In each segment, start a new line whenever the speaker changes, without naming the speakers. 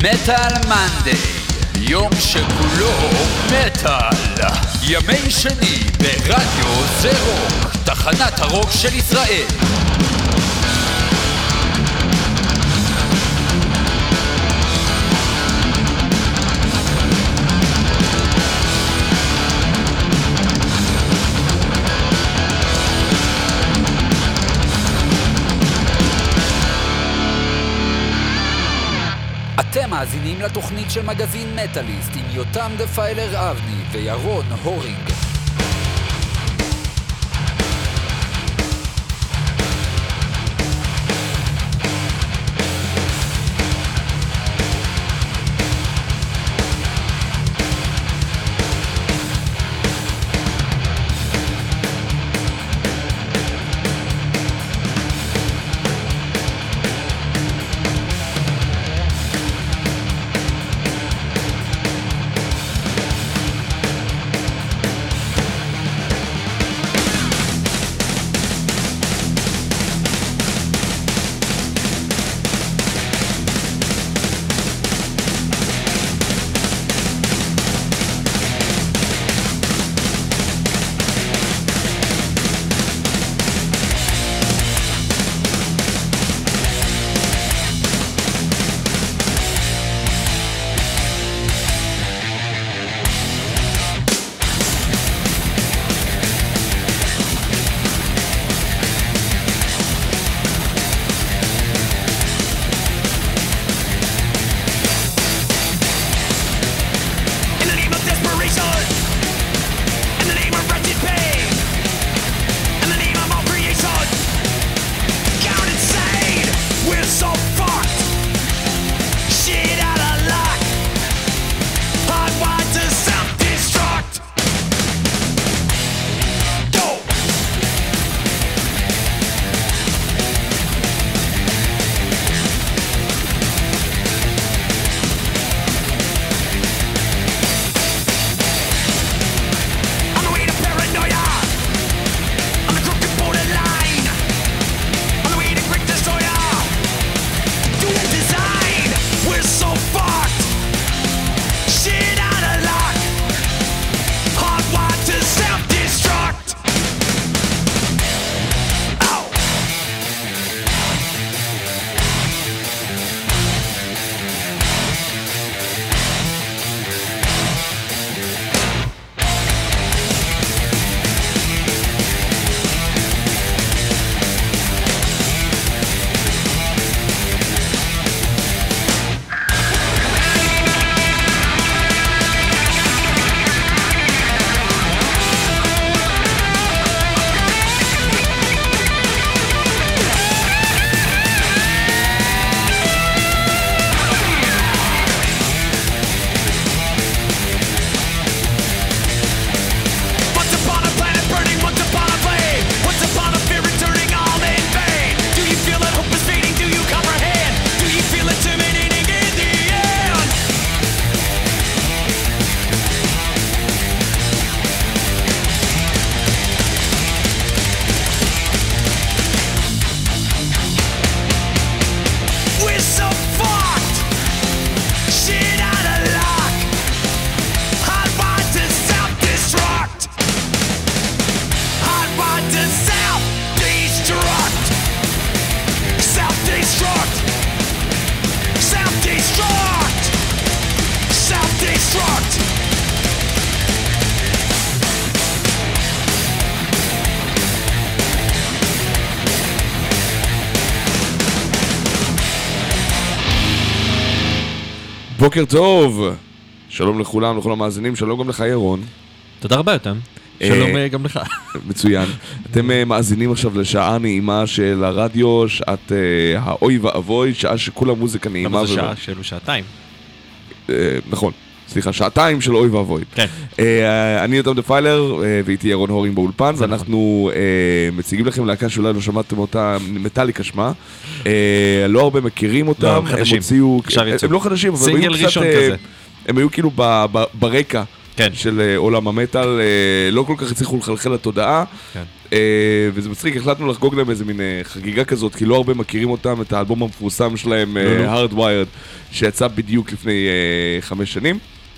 מטל מנדי, יום שכולו מטל. ימי שני ברדיו זה רוק, תחנת הרוק של ישראל. אתם מאזינים לתוכנית של מגזין מטאליסט עם יותם דפיילר אבני וירון הורינג.
בוקר טוב, שלום לכולם, לכל המאזינים, שלום גם לך ירון.
תודה רבה יותם, שלום גם לך.
מצוין, אתם מאזינים עכשיו לשעה נעימה של הרדיו, שעת האוי ואבוי, שעה שכולה מוזיקה נעימה.
למה זו שעה? שאלו שעתיים.
נכון, סליחה, שעתיים של אוי ואבוי.
כן.
אני יותם דפיילר ואיתי ירון הורינג באולפן, ואנחנו מציגים לכם להקה שאולי לא שמעתם אותה, מטאליקה שמה. לא הרבה מכירים אותם.
לא, הם חדשים.
הם לא חדשים, אבל
סינגל ראשון כזה.
הם היו כאילו ברקע
כן.
של עולם המטל, לא כל כך הצליחו לחלחל לתודעה,
כן.
וזה מצחיק, החלטנו לחגוג להם איזה מין חגיגה כזאת, כי לא הרבה מכירים אותם, את האלבום המפורסם שלהם, Hardwired, שיצא בדיוק לפני 5 שנים.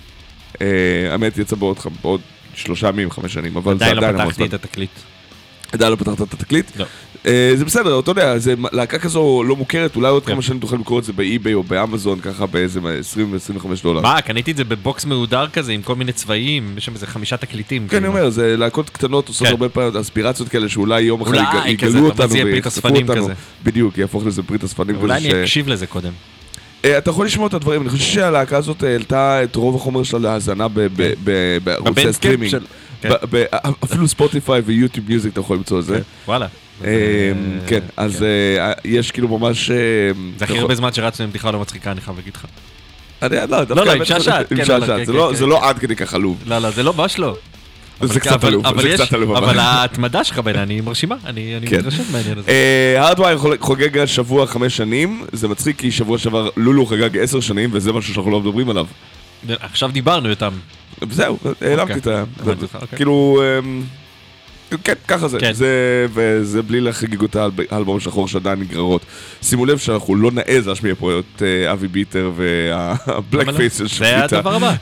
האמת יצא בעוד 3 ימים, 5 שנים, אבל זה עדיין
לא פתחתי את התקליט.
עדיין לא פתחת את התקליט?
לא.
זה בסדר, אתה יודע, זה להקה כזו לא מוכרת, אולי עוד כמה שנים תוכל לקרוא את זה באי-ביי או באמזון, ככה באיזה $20-25.
מה, קניתי את זה בבוקס מהודר כזה, עם כל מיני צבעים, יש שם איזה 5 תקליטים.
כן, אני אומר, זה להקות קטנות עושות הרבה פעמים אספירציות כאלה, שאולי יום אחד יגלו אותנו ויחשפו אותנו. בדיוק, יהפוך לזה ברית הספנים.
אולי אני אקשיב לזה קודם.
אתה יכול לשמוע את הדברים, אני חושב שהלהקה הזאת העלתה את רוב החומר שלה להאזנה בערוצי הסטרימינג. אפילו ספוטיפיי ויוטיוב מיוזיק אתה יכול למצוא את זה.
וואלה.
כן, אז יש כאילו ממש...
זה הכי הרבה זמן שרצנו עם בדיחה לא מצחיקה, אני חייב להגיד לך.
לא,
עם שעשעת.
זה לא עד כדי כך עלוב.
לא, זה לא ממש לא.
זה קצת עלוב,
אבל ההתמדה שלך בעיניי, אני מרשימה, אני מתרשם מהעניין הזה.
Hardwired חוגג השבוע 5 שנים, זה מצחיק כי שבוע שעבר לולו חגג 10 שנים, וזה משהו שאנחנו לא מדברים עליו.
עכשיו דיברנו איתם.
זהו, העלמתי את ה... כאילו... כן, ככה זה. וזה בלי לחגיג אותה האלבום שחור שעדיין נגררות. שימו לב שאנחנו לא נעז להשמיע פה את אבי ביטר והבלק פייס של שפיטה.
זה הדבר הבא.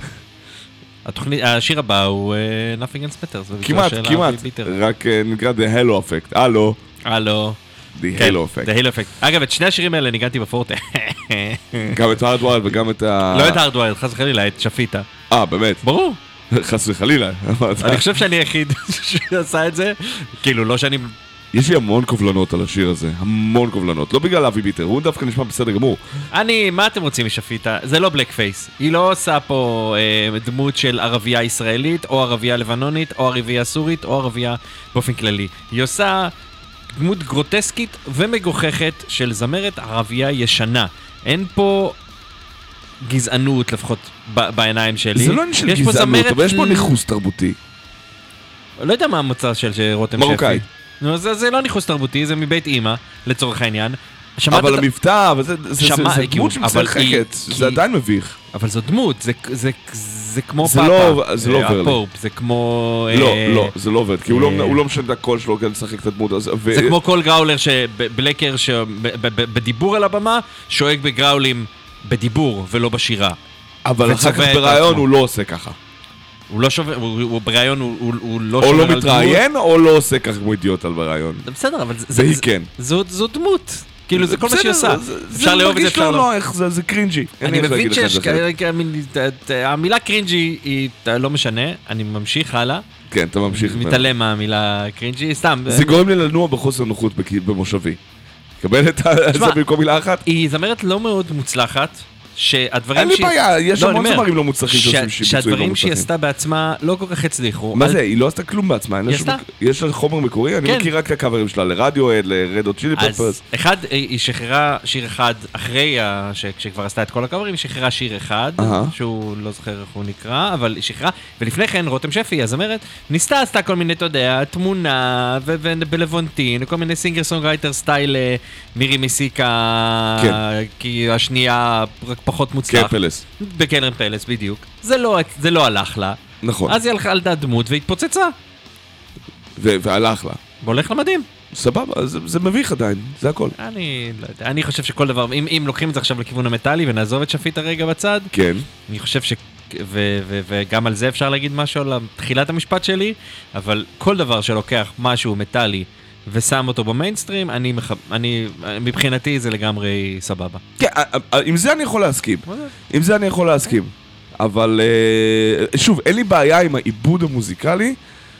השיר הבא הוא Nothing Else Matters.
כמעט, רק נקרא The Halo Effect. הלו. The Halo Effect.
The Halo Effect. אגב, את שני השירים האלה ניגנתי בפורטה.
גם את Hardwired וגם את ה...
לא את Hardwired, חס וחלילה, את שפיטה.
באמת?
ברור.
חס וחלילה.
אני חושב שאני היחיד שעשה את זה. כאילו, לא שאני...
יש לי המון קובלנות על השיר הזה, המון קובלנות. לא בגלל אבי ביטר, הוא דווקא נשמע בסדר גמור.
מה אתם רוצים משפיטה? זה לא בלק פייס. היא לא עושה פה דמות של ערבייה ישראלית, או ערבייה לבנונית, או ערבייה סורית, או ערבייה באופן כללי. היא עושה דמות גרוטסקית ומגוחכת של זמרת ערבייה ישנה. אין פה גזענות, לפחות בעיניים שלי.
זה לא עניין של גזענות, אבל יש פה ניחוס תרבותי.
לא יודע מה המוצא של רותם שפי.
מרוקאי.
זה לא ניחוס תרבותי, זה מבית אימא, לצורך העניין.
אבל המבטא, זה דמות שמשחקת, זה עדיין מביך.
אבל זו דמות, זה כמו פאפה.
זה לא עובר לי.
זה כמו...
לא, זה לא עובד, כי הוא לא משנה את הקול שלו כדי לשחק את הדמות.
זה כמו כל גראולר שבלקר בדיבור על הבמה, שואג בגראולים בדיבור ולא בשירה.
אבל אחר כך ברעיון הוא לא עושה ככה.
הוא לא שווה, הוא ברעיון, הוא לא
שומר על דמות. או לא מתראיין, או לא עושה כך כמו אידיוט על ברעיון.
בסדר, אבל
והיא כן.
זו דמות. כאילו זה כל מה שהיא עושה.
אפשר לאהוב את זה, אפשר לא. זה קרינג'י.
אני מבין שהמילה קרינג'י היא לא משנה, אני ממשיך הלאה.
כן, אתה ממשיך.
מתעלם מהמילה קרינג'י, סתם.
זה גורם לי לנוע בחוסר נוחות במושבי. קבל את זה במקום מילה אחת?
היא זמרת לא מאוד מוצלחת.
אין לי בעיה, יש המון זמרים לא מוצלחים שעושים ביצועים לא מוצלחים.
שהדברים שהיא עשתה בעצמה לא כל כך הצליחו.
מה זה? היא לא עשתה כלום בעצמה. יש לה חומר מקורי? אני מכיר רק את הקאברים שלה לרדיואד, לרד הוט צ'ילי פפרס.
אחד, היא שחררה שיר אחד אחרי שכבר עשתה את כל הקאברים, היא שחררה שיר אחד, שהוא לא זוכר איך הוא נקרא, אבל היא שחררה, ולפני כן רותם שפי, הזמרת, ניסתה, עשתה כל מיני, אתה יודע, תמונה ובלוונטין, כל מיני סינגר סונגרייטר סטייל מירי מסיקה, כי השנייה פחות מוצלח.
קרן פלס.
בקרן פלס, בדיוק. זה לא הלך לה.
נכון.
אז היא הלכה על דעת דמות והתפוצצה.
והלך לה.
והולך למדים.
סבבה, זה מביך עדיין, זה הכל.
אני לא יודע, אני חושב שכל דבר, אם לוקחים את זה עכשיו לכיוון המטאלי ונעזוב את שפיט הרגע בצד,
כן.
אני חושב וגם על זה אפשר להגיד משהו על תחילת המשפט שלי, אבל כל דבר שלוקח משהו מטאלי, ושם אותו במיינסטרים, מבחינתי זה לגמרי סבבה.
כן, עם זה אני יכול להסכים. אבל שוב, אין לי בעיה עם העיבוד המוזיקלי.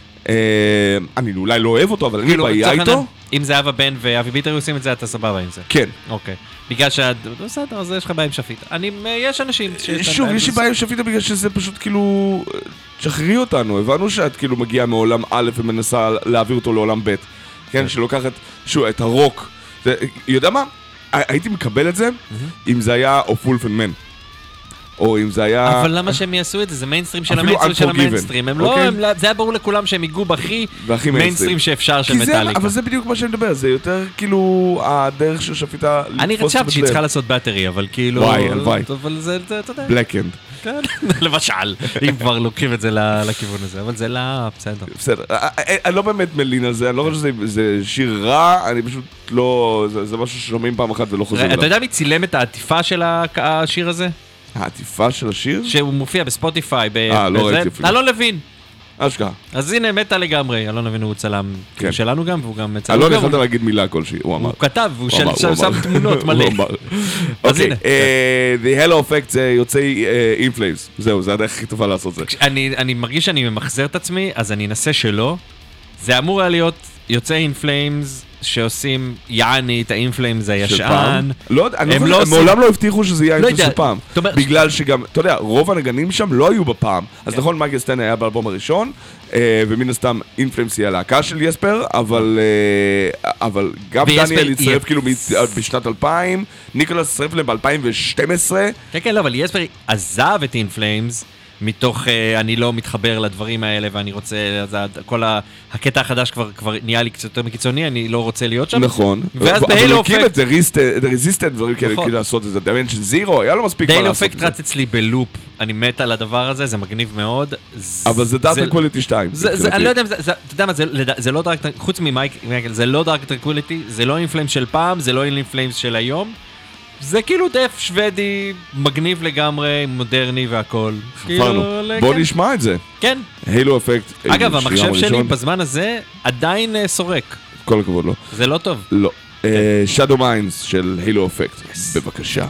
אני אולי לא אוהב אותו, אבל אין לי בעיה איתו.
אם זה אבא בן ואבי ביטר עושים את זה, אתה סבבה עם זה.
כן.
אוקיי. בגלל בסדר, אז יש לך בעיה עם שפיטה. יש אנשים
שוב, יש לי בעיה עם שפיטה בגלל שזה פשוט כאילו... שחררי אותנו, הבנו שאת כאילו מגיעה מעולם א' ומנסה להעביר אותו לעולם ב'. כן, שלוקחת, שוב, את הרוק. יודע מה? הייתי מקבל את זה אם זה היה of Wolf and Man. או אם זה היה...
אבל למה שהם יעשו את זה? זה מיינסטרים של המיינסטרים. זה היה ברור לכולם שהם ייגעו בהכי מיינסטרים שאפשר של מטאליקה.
אבל זה בדיוק מה שאני מדבר, זה יותר כאילו הדרך של שפיטה...
אני חשבתי שהיא צריכה לעשות בטרי, אבל כאילו...
וואי, הלוואי.
אבל זה, אתה יודע.
בלקאנד.
למשל, אם כבר לוקחים את זה לכיוון הזה, אבל זה לא, בסדר.
בסדר, אני לא באמת מלין על זה, אני לא חושב שזה שיר רע, אני פשוט לא, זה משהו ששומעים פעם אחת ולא חוזרים אליו.
אתה יודע מי צילם את העטיפה של השיר הזה?
העטיפה של השיר?
שהוא מופיע בספוטיפיי.
לא ראיתי אפילו.
אלון לוין.
אשכרה.
אז הנה, מתה לגמרי, אלון לוין הוא צלם שלנו גם, והוא גם צלם.
אלון יכולת להגיד מילה כלשהי, הוא אמר.
הוא כתב, הוא שם תמונות מלא.
אוקיי, The Hello Effect זה יוצאי In Flames, זהו, זה הדרך הכי טובה לעשות זה.
אני מרגיש שאני ממחזר את עצמי, אז אני אנסה שלא. זה אמור היה להיות יוצאי In Flames שעושים יעני את ה-In Flames הישן.
לא, הם מעולם לא הבטיחו שזה יהיה In Flames של פעם. בגלל שגם, אתה יודע, רוב הנגנים שם לא היו בפעם. אז נכון, מייקל סטן היה באלבום הראשון, ומן הסתם In Flames היא הלהקה של יספר, אבל גם דניאל הצטרף כאילו בשנת 2000, ניקולס הצטרף להם ב-2012.
כן, כן, לא, אבל יספר עזב את In Flames, מתוך אני לא מתחבר לדברים האלה ואני רוצה, כל הקטע החדש כבר נהיה לי קצת יותר מקיצוני, אני לא רוצה להיות שם.
נכון.
ואז
אבל
בהילו
הוא הקים
אפקט...
את ה-Resistant דברים כאלה, כאילו לעשות את זה, Dimension Zero, היה לו מספיק מה לעשות את זה.
בהילו אפקט רץ אצלי בלופ, אני מת על הדבר הזה, זה מגניב מאוד.
אבל זה Dark Tranquility 2.
אני לא יודע אם זה, אתה יודע מה, זה לא Dark Tranquility, חוץ ממייקל, זה לא Dark Tranquility, זה לא In Flames של פעם, זה לא In Flames של היום. זה כאילו דף שוודי, מגניב לגמרי, מודרני והכל.
חפרנו. בוא נשמע את זה.
כן.
הילו אפקט.
אגב, המחשב שלי בזמן הזה עדיין סורק.
כל הכבוד, לא.
זה לא טוב.
לא. Shadow Minds של הילו אפקט. בבקשה.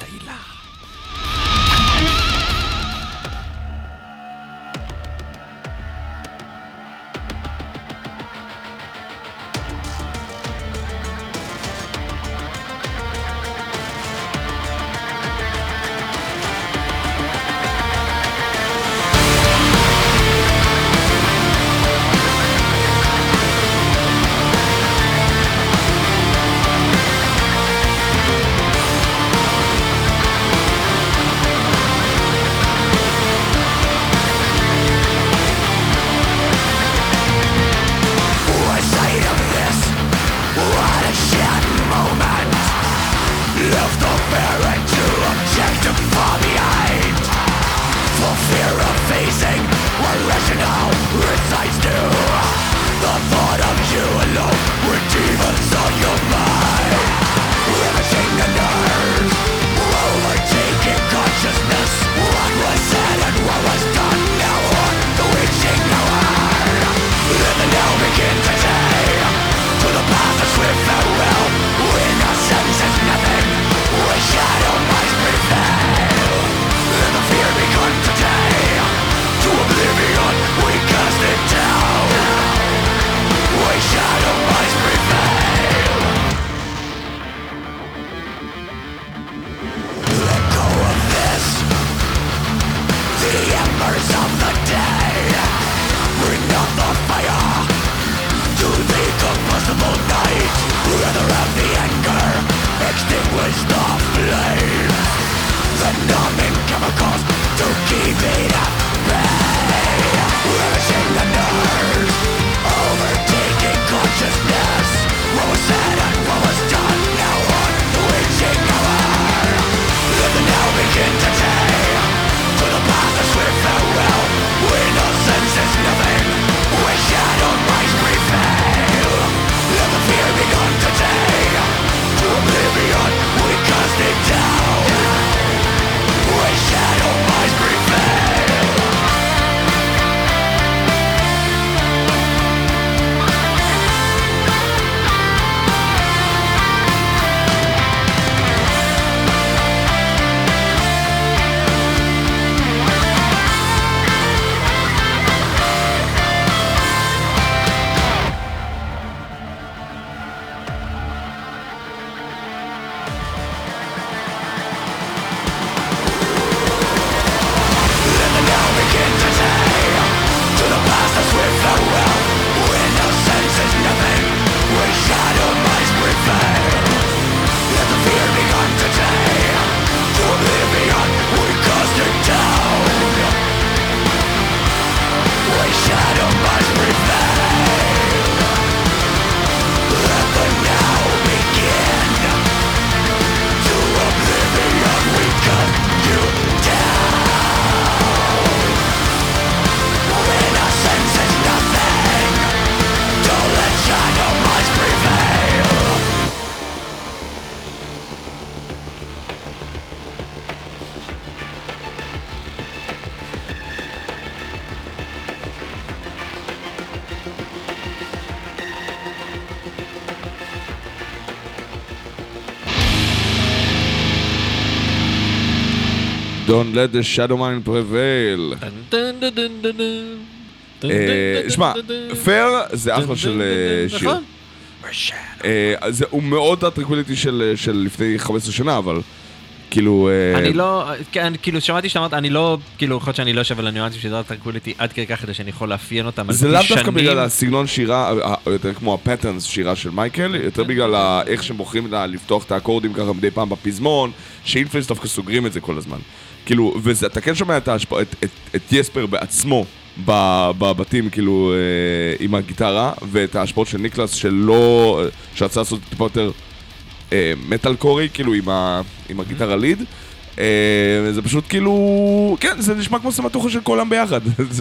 Don't let the shadow mind prevail. שמע, פייר זה אחלה של שיר. הוא מאוד הטרנקוויליטי של לפני 15 שנה, אבל כאילו...
אני לא, כאילו שמעתי שאתה אמרת, אני לא, כאילו יכול להיות שאני לא יושב על הניואנסים של הטרנקוויליטי עד כדי כך כדי שאני יכול לאפיין אותם על פי
שנים. זה לאו דווקא
שנים.
בגלל הסגנון שירה, יותר כמו הפטרנס שירה של מייקל, יותר בגלל איך שהם בוחרים לפתוח את האקורדים ככה מדי פעם בפזמון, שאינפלנס דווקא סוגרים את זה כל הזמן. כאילו, ואתה כן שומע את יספר בעצמו בבתים, כאילו, עם הגיטרה, ואת ההשפעות של ניקלס שלא, שרצה לעשות טיפה יותר מטל קורי, כאילו, עם הגיטרה ליד. זה פשוט כאילו, כן, זה נשמע כמו סמטוחה של כולם ביחד.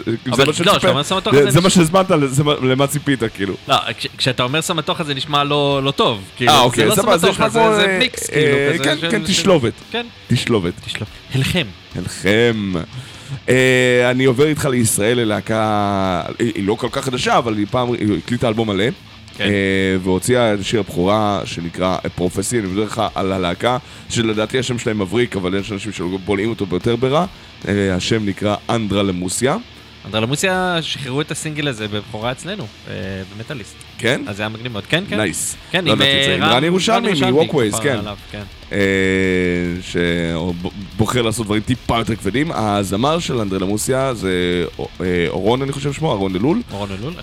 זה מה שהזמנת, למה ציפית, כאילו.
לא, כשאתה אומר סמטוחה זה נשמע לא טוב.
אוקיי,
זה לא סמטוחה, זה מיקס, כאילו.
כן, תשלובת.
כן.
תשלובת. הלחם. אני עובר איתך לישראל ללהקה, היא לא כל כך חדשה, אבל היא פעם הקליטה אלבום מלא. והוציאה שיר הבכורה שנקרא פרופסי. אני מדבר לך על הלהקה שלדעתי השם שלהם מבריק, אבל יש אנשים שבולעים אותו ביותר ברע. השם נקרא אנדרלמוסיה.
אנדרלמוסיה שחררו את הסינגל הזה בבכורה אצלנו, במטליסט.
כן?
אז זה היה מגניב מאוד, כן, כן.
נייס.
כן,
עם רן ירושלמי מווקווייז, כן. שבוחר לעשות דברים טיפה יותר כבדים. הזמר של אנדרלמוסיה זה אורון, אני חושב שמו, אורון אלול.
אורון אלול.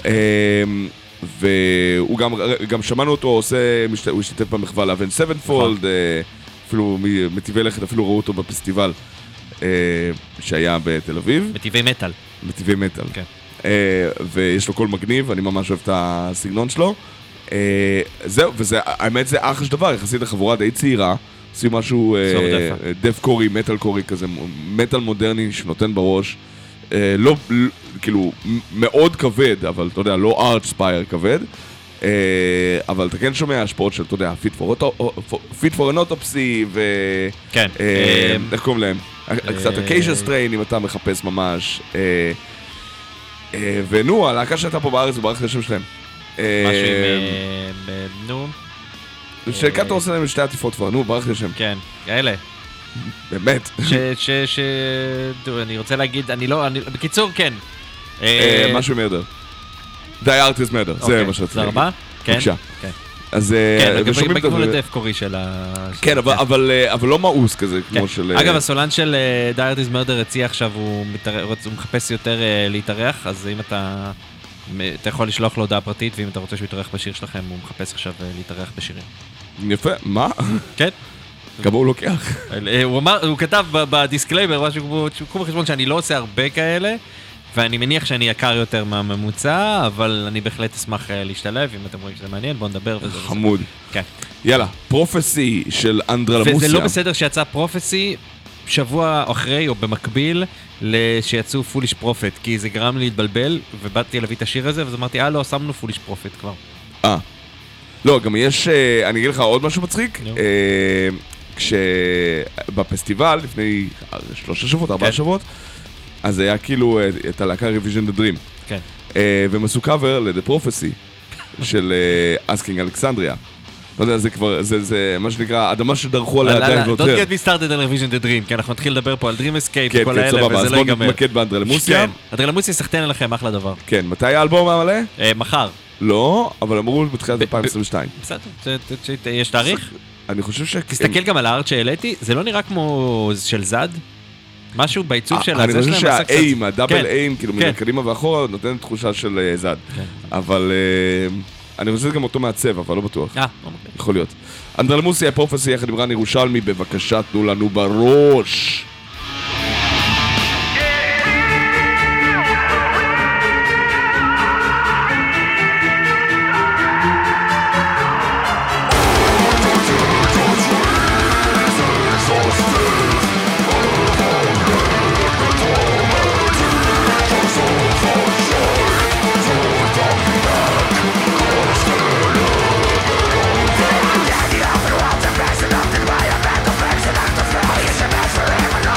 והוא גם שמענו אותו, הוא השתתף במחווה לאבן סבנפולד, אפילו מטיבי לכת, אפילו ראו אותו בפסטיבל שהיה בתל אביב. מטיבי מטל. ויש לו קול מגניב, אני ממש אוהב את הסגנון שלו. זהו, האמת זה אחלה של דבר, יחסית לחבורה די צעירה, עושים משהו דף קורי, מטל קורי כזה, מטל מודרני שנותן בראש. לא, כאילו, מאוד כבד, אבל אתה יודע, לא ארץ' ספייר כבד, אבל אתה כן שומע השפעות של, אתה יודע, Fit for an Autopsy,
כן.
איך קוראים להם? קצת Acacia Strain, אם אתה מחפש ממש. ונו, הלהקה שהייתה פה בארץ, הוא ברח לשם שלהם.
משהו עם, נו.
שקאטו עושה להם שתי עטיפות כבר, נו, ברח לשם.
כן, כאלה.
באמת.
אני רוצה להגיד, בקיצור, כן.
משהו מרדר. Die Artist Matter, זה מה שרציתי.
זה הרבה? כן.
בבקשה. אז...
כן, בגמול לדף קורי של ה...
כן, אבל לא מאוס כזה, כמו של...
אגב, הסולן של Die Artist Murder הציע עכשיו, הוא מחפש יותר להתארח, אז אם אתה יכול לשלוח לו הודעה פרטית, ואם אתה רוצה שהוא יתארח בשיר שלכם, הוא מחפש עכשיו להתארח בשירים.
יפה, מה?
כן.
כמה הוא לוקח?
הוא כתב בדיסקלייבר, משהו כמו בחשבון שאני לא עושה הרבה כאלה, ואני מניח שאני יקר יותר מהממוצע, אבל אני בהחלט אשמח להשתלב, אם אתם רואים שזה מעניין, בואו נדבר.
חמוד.
כן.
יאללה, פרופסי של אנדרלמוסיה.
וזה לא בסדר שיצא פרופסי שבוע אחרי או במקביל שיצאו פוליש פרופט, כי זה גרם לי להתבלבל, ובאתי להביא את השיר הזה, ואז אמרתי, לא, שמנו פוליש פרופט כבר.
לא, גם יש, אני אגיד לך עוד משהו מצחיק, כשבפסטיבל, לפני 3 שבועות, 4 שבועות, אז היה כאילו את הלהקה Revision the Dream.
כן.
והם עשו קאבר ל-The Prophecy של Asking Alexandria. לא יודע, זה כבר, זה מה שנקרא, אדמה שדרכו עליה עדיין ויותר.
Don't get me started על Revision the Dream, כי אנחנו נתחיל לדבר פה על Dream Escape וכל האלה, וזה לא ייגמר.
אז בואו נתמקד באנדרלמוסיה.
כן, אנדרלמוסיה סחטיין עליכם, אחלה דבר.
כן, מתי האלבום המלא?
מחר.
לא, אבל אמרו בתחילת 2022.
בסדר, יש תאריך?
אני חושב ש...
תסתכל גם על הארט שהעליתי, זה לא נראה כמו של זד? משהו בעיצוב של
אני חושב שהאיים, הדאבל איים, כאילו מקדימה ואחורה, נותן תחושה של זד. אבל אני חושב שזה גם אותו מהצבע, אבל לא בטוח. יכול להיות. אנדרלמוסיה, פרופסי, יחד עם רן ירושלמי, בבקשה תנו לנו בראש.
Forever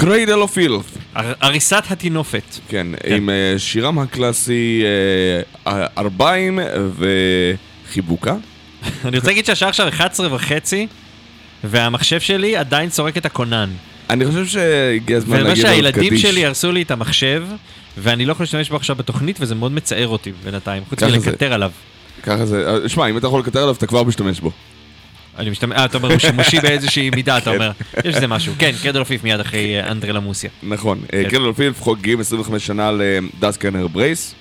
Cradle of Filth.
הריסת התינופת.
כן, עם שירם הקלאסי ארבעים וחיבוקה.
אני רוצה להגיד שהשעה עכשיו 11:30, והמחשב שלי עדיין צורק את הקונן.
אני חושב שהגיע הזמן להגיד
ומה
עוד
שהילדים
קדיש.
שלי הרסו לי את המחשב, ואני לא יכול להשתמש בו עכשיו בתוכנית, וזה מאוד מצער אותי בינתיים, חוץ מלקטר עליו.
ככה זה, שמע, אם אתה יכול לקטר עליו, אתה כבר משתמש בו.
אני משתמש, אתה אומר, הוא שימושי באיזושהי מידה, אתה אומר. יש איזה משהו. כן, קרדל אופיף מיד אחרי אנדרלה מוסיה.
נכון, קרדל אוף פילף חוגגים 25 שנה לדאסק אנד הר ברייס.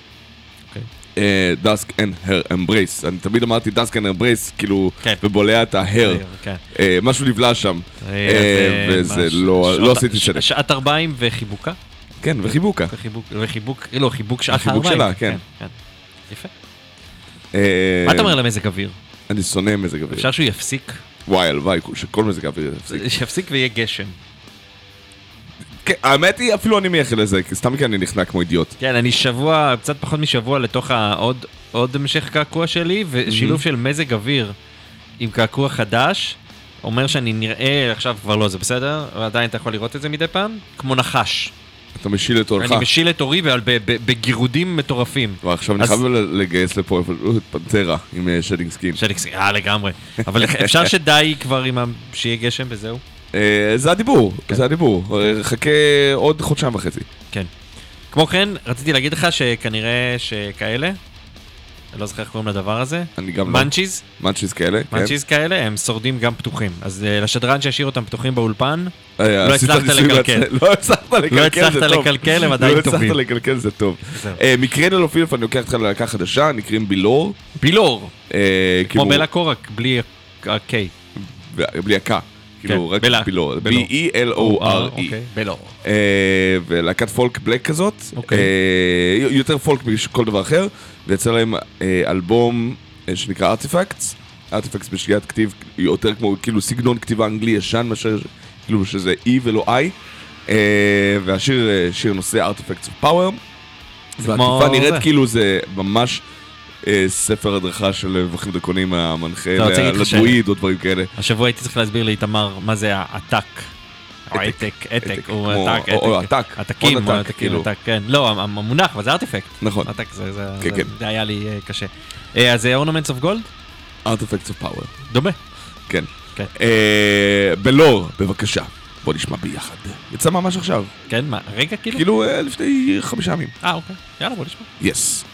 דאסק אנד הר אמברייס. אני תמיד אמרתי דאסק אנד הר ברייס, כאילו, ובולע את ההר. משהו נבלע שם. וזה לא עשיתי צדק.
שעת 40 וחיבוקה?
כן, וחיבוקה.
חיבוק שעת 40.
החיבוק שלה, כן.
יפה. מה אתה אומר למזג אוויר?
אני שונא מזג אוויר.
אפשר שהוא יפסיק?
וואי, הלוואי, שכל מזג אוויר יפסיק.
שיפסיק ויהיה גשם.
כן, האמת היא, אפילו אני מייחל לזה, סתם כי אני נכנע כמו אידיוט.
כן, אני שבוע, קצת פחות משבוע לתוך עוד המשך קעקוע שלי, ושילוב של מזג אוויר עם קעקוע חדש, אומר שאני נראה, עכשיו כבר לא, זה בסדר? ועדיין אתה יכול לראות את זה מדי פעם? כמו נחש.
אתה משיל את אורך.
אני משיל את אורי בגירודים מטורפים.
עכשיו אני חייב לגייס לפה פנתרה עם שדינג סקין.
שדינג סקין, לגמרי. אבל אפשר שדי כבר שיהיה גשם וזהו?
זה הדיבור, זה הדיבור. חכה עוד חודשיים וחצי.
כן. כמו כן, רציתי להגיד לך שכנראה שכאלה, אני לא זוכר איך קוראים לדבר הזה.
אני גם לא.
מנצ'יז.
מנצ'יז כאלה, כן.
מנצ'יז כאלה, הם שורדים גם פתוחים. אז לשדרן שהשאיר אותם פתוחים באולפן, לא הצלחת לקלקל.
לא הצלחת
לקלקל, הם עדיין טובים.
לא הצלחת לקלקל, זה טוב. מקרדל אוף פילף, אני לוקח אותך ללהקה חדשה, נקראים בילור.
בילור. כמו בלה קורק, בלי ה-K.
בלי ה-K. כאילו, רק בילור. B-E-L-O-R-E.
בילור.
ולהקת פולק בלק כזאת. יותר פולק מכל דבר אחר. ויצא להם אלבום שנקרא ארטיפקטס. ארטיפקטס בשגיאת כתיב יותר כמו כאילו סגנון כתיבה אנגלי ישן מאשר כאילו שזה E ולא I. והשיר שיר נושא ארטיפקטס of Power. והכתיבה נראית כאילו זה ממש ספר הדרכה של מבחים דרקונים המנחה לדרואיד או דברים כאלה.
השבוע הייתי צריך להסביר לאיתמר מה זה העתק. או עתק, או עתק. עתקים, כן. לא, המונח, אבל זה ארטיפקט.
נכון.
עתק, זה היה לי קשה. אז זה Ornaments of Gold?
Artifacts of Power.
דומה.
כן. בלור, בבקשה. בוא נשמע ביחד. יצא ממש עכשיו.
כן, מה? רגע כאילו?
כאילו לפני 5 ימים.
אוקיי. יאללה, בוא נשמע.
Yes.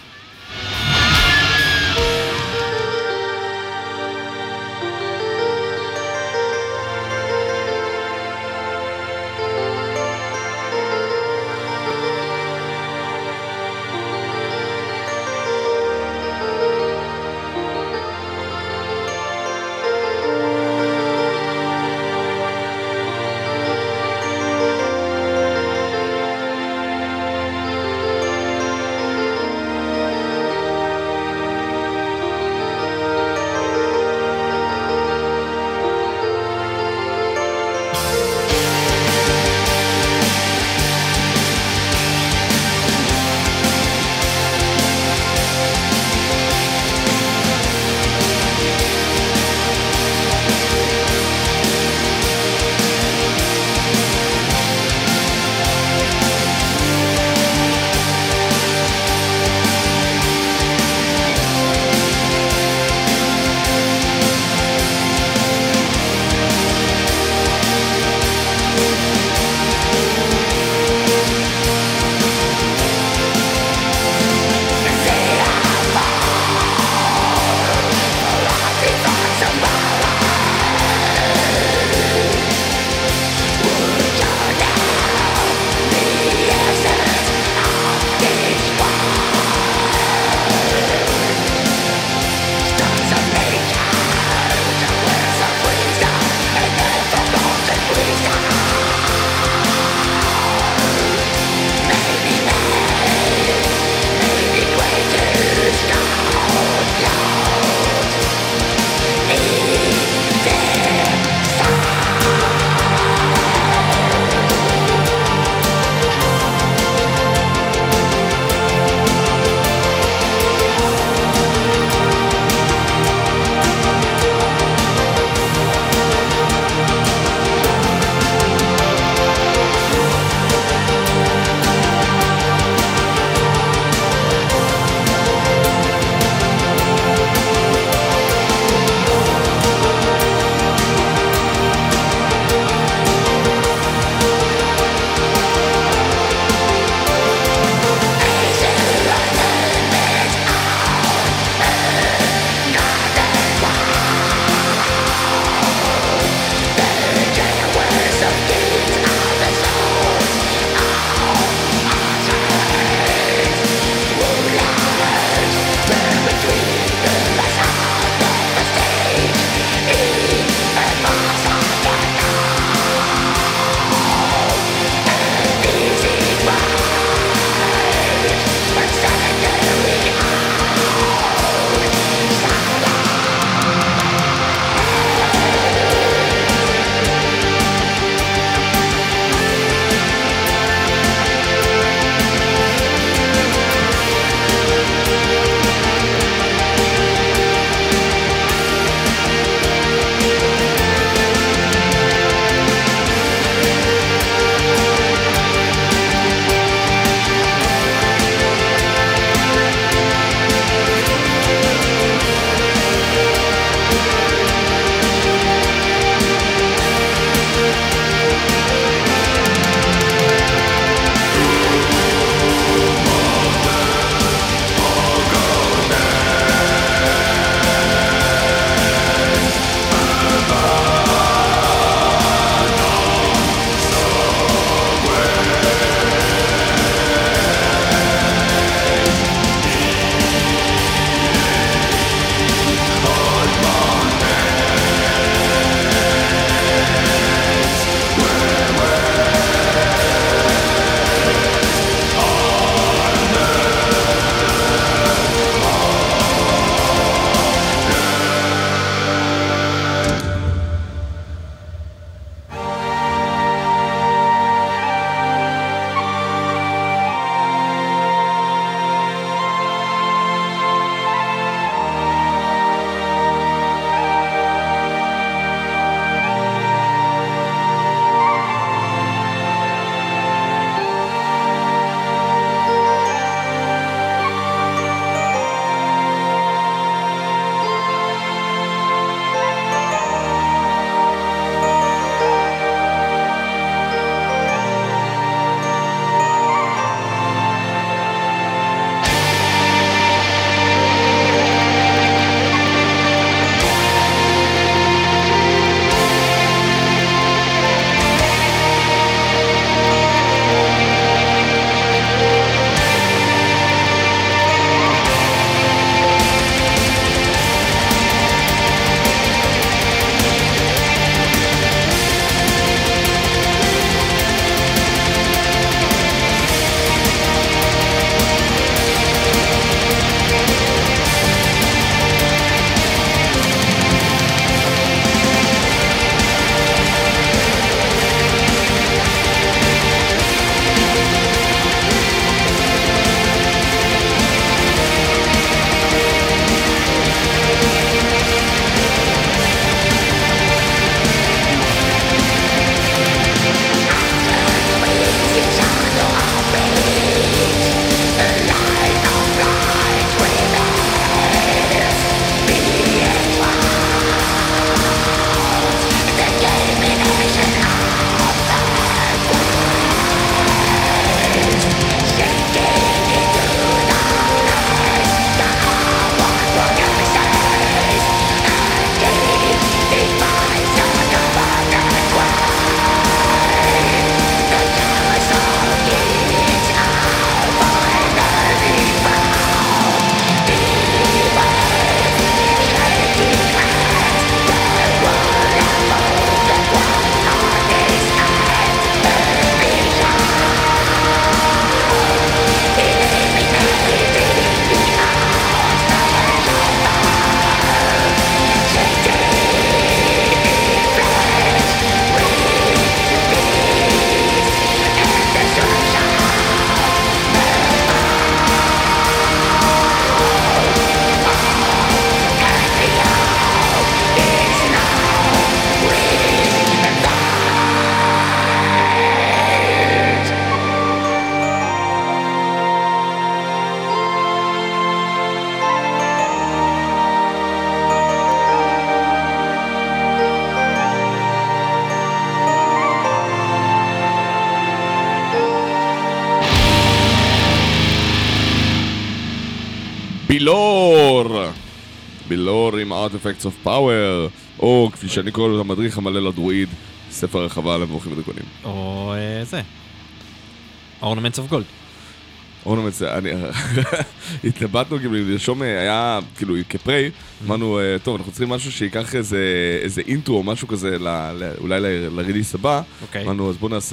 בילור! בילור עם Artifacts of Power, או כפי שאני קורא לו, המדריך המלא לדרואיד, ספר הרחבה על המבוכים ודרקונים.
או זה. Ornaments of Gold.
אורנמנטס, התלבטנו כאילו לרשום, היה כאילו כפרי, אמרנו, טוב, אנחנו צריכים משהו שיקח איזה אינטרו, משהו כזה, אולי לריליס הבא, אמרנו, אז בואו נעשה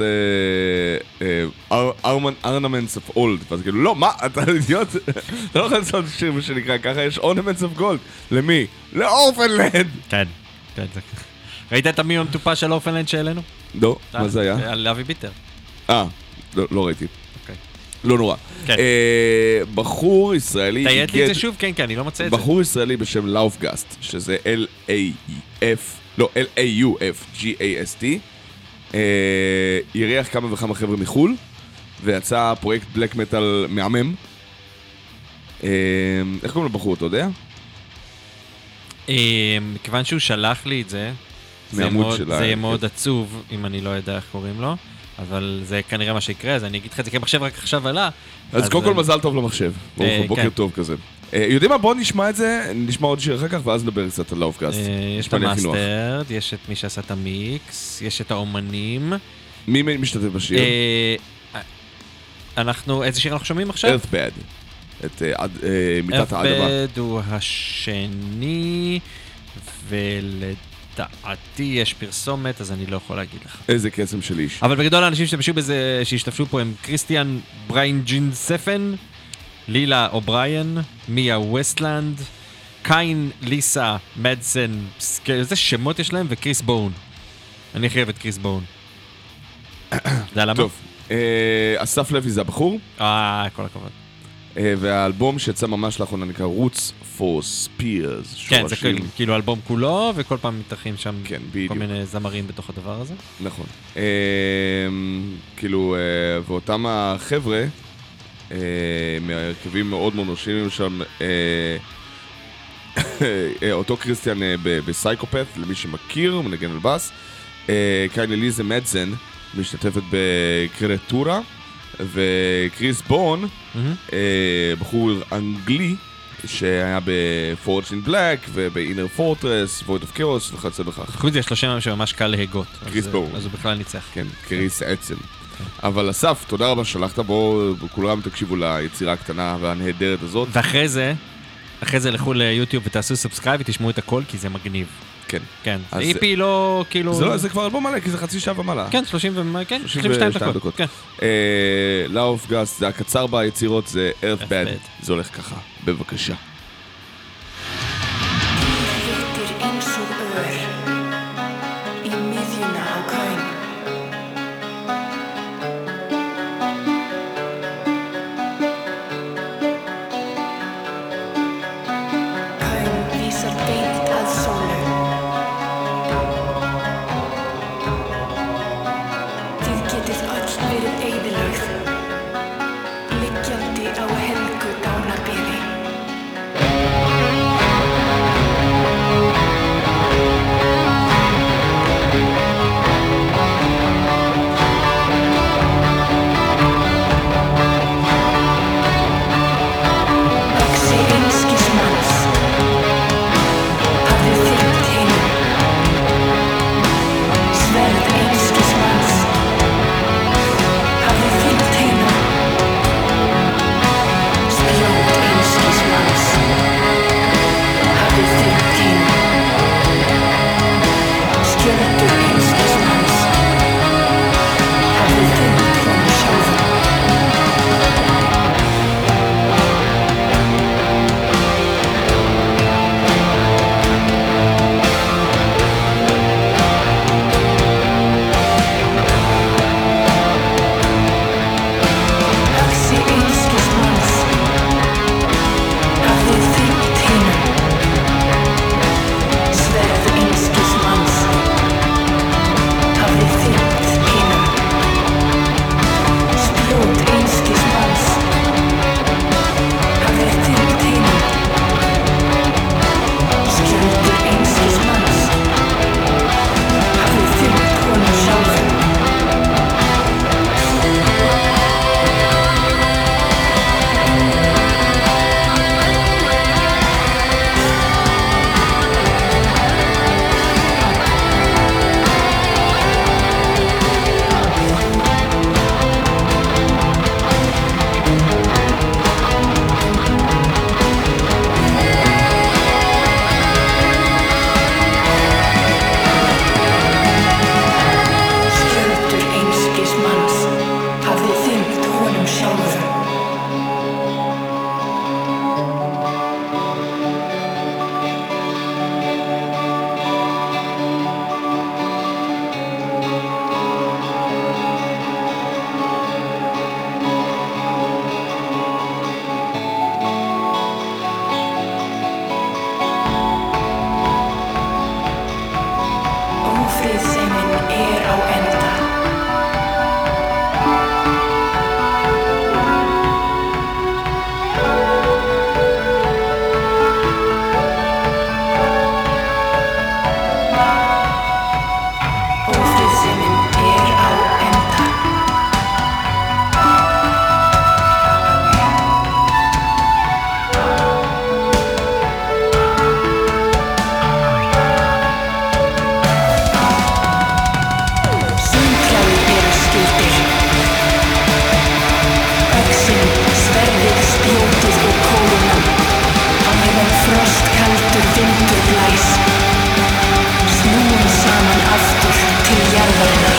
Ornaments of Old, ואז כאילו, לא, מה, אתה אידיוט? אתה לא יכול לעשות שיר שנקרא ככה, יש Ornaments of Gold, למי? לאורפנלנד!
כן, כן. ראית את המיום טופה של אורפנלנד שאלינו?
לא, מה זה היה?
על אבי ביטר.
לא ראיתי. לא נורא. בחור ישראלי...
תהיית לי את זה שוב? כן, אני לא מוצא את זה.
בחור ישראלי בשם לאופגאסט, שזה L-A-U-F-G-A-S-T, יריח כמה וכמה חבר'ה מחול, ויצא פרויקט בלק מטל מהמם. איך קוראים לבחור, אתה יודע?
מכיוון שהוא שלח לי את זה, זה יהיה מאוד עצוב, אם אני לא יודע איך קוראים לו. אבל זה כנראה מה שיקרה, אז אני אגיד לך את זה, כי המחשב רק עכשיו עלה.
אז קודם כל מזל טוב למחשב, בוקר טוב כזה. יודעים מה, בואו נשמע את זה, נשמע עוד שיר אחר כך, ואז נדבר קצת על לאופגאסט.
יש את המאסטרד, יש את מי שעשה את המיקס, יש את האומנים.
מי משתתף בשיר?
איזה שיר אנחנו שומעים עכשיו?
Earthbed, את מיטת האדמה.
Earthbed הוא השני, דעתי יש פרסומת, אז אני לא יכול להגיד לך.
איזה קסם של איש.
אבל בגדול האנשים שהשתמשו פה הם קריסטיאן בריינג'ינספן, לילה אובריין, מיה ווסטלנד, קיין ליסה מדסן, איזה שמות יש להם, וקריס בון. אני חייב את קריס בון. זה למה?
טוב, אסף לוי זה הבחור.
כל הכבוד.
והאלבום שיצא ממש לאחרונה נקרא Roots for Spears.
כן, זה כאילו אלבום כולו, וכל פעם מתארחים שם כל מיני זמרים בתוך הדבר הזה.
נכון. כאילו, ואותם החבר'ה, מהרכבים מאוד מאוד נושאים שם, אותו קריסטיאן בסייקופת, למי שמכיר, מנגן על בס, קיין אליזה מדסן, משתתפת בקרטורה, וקריס בון, בחור אנגלי שהיה ב-Forged in Black וב-Inner Fortress, Void of Chaos וכיוצא בכך.
חוץ מזה יש לו שם שממש קל להגות.
קריס בון.
אז הוא בכלל ניצח.
כן, קריס עצם. אבל אסף, תודה רבה שלחת בו, כולם תקשיבו ליצירה הקטנה והנהדרת הזאת.
ואחרי זה לכו ליוטיוב ותעשו סאבסקרייב ותשמעו את הכל כי זה מגניב.
כן.
כן. איפי לא, כאילו...
זה כבר אלבום מלא, כי זה חצי שעה ומעלה.
כן, 32 דקות.
לאופגאסט, זה הקצר ביצירות, זה Earthbed. זה הולך ככה, בבקשה.
Ófriðsemin á enda. Ófriðsemin á enda. Sundræði skildir. Öxin, sverðið, spjótið og kórónan. Á meðan frostkaldur vindur blæs. Snúum saman aftur til jarðarinnar.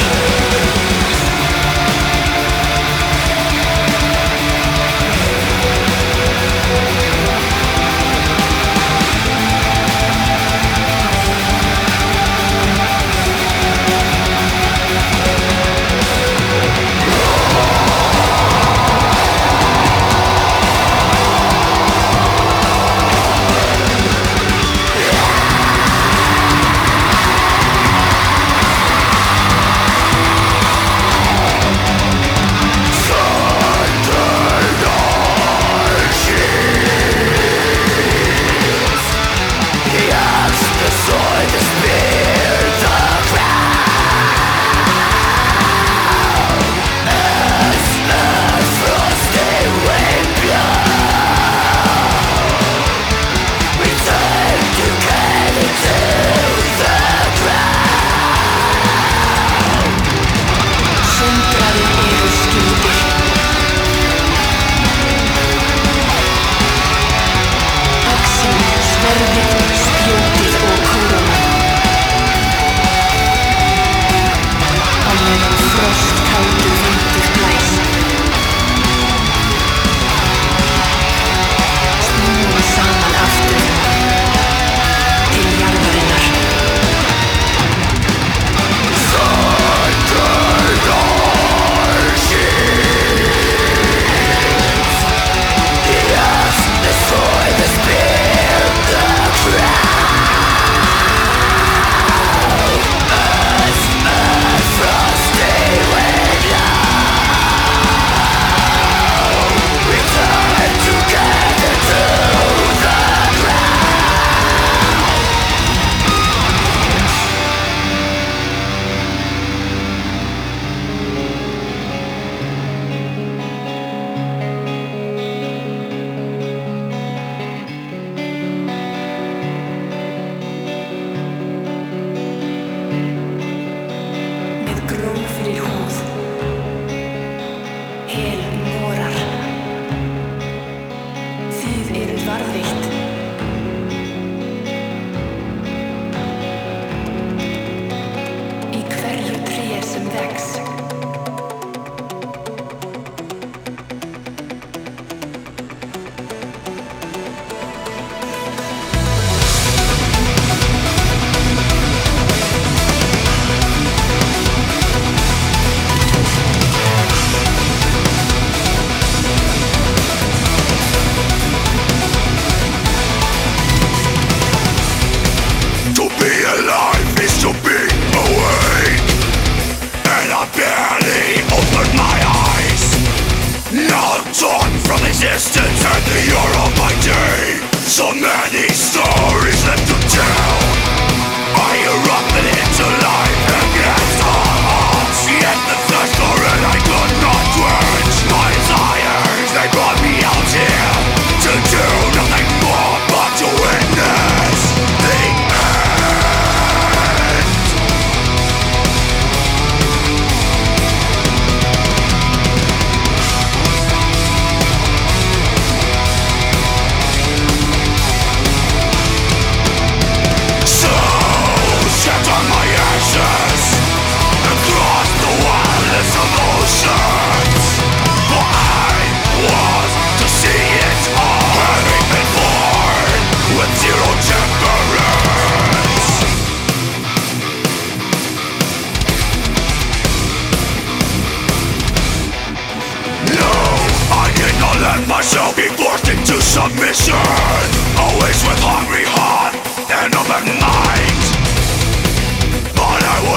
myself be forced into submission, always with hungry heart and open mind. But I would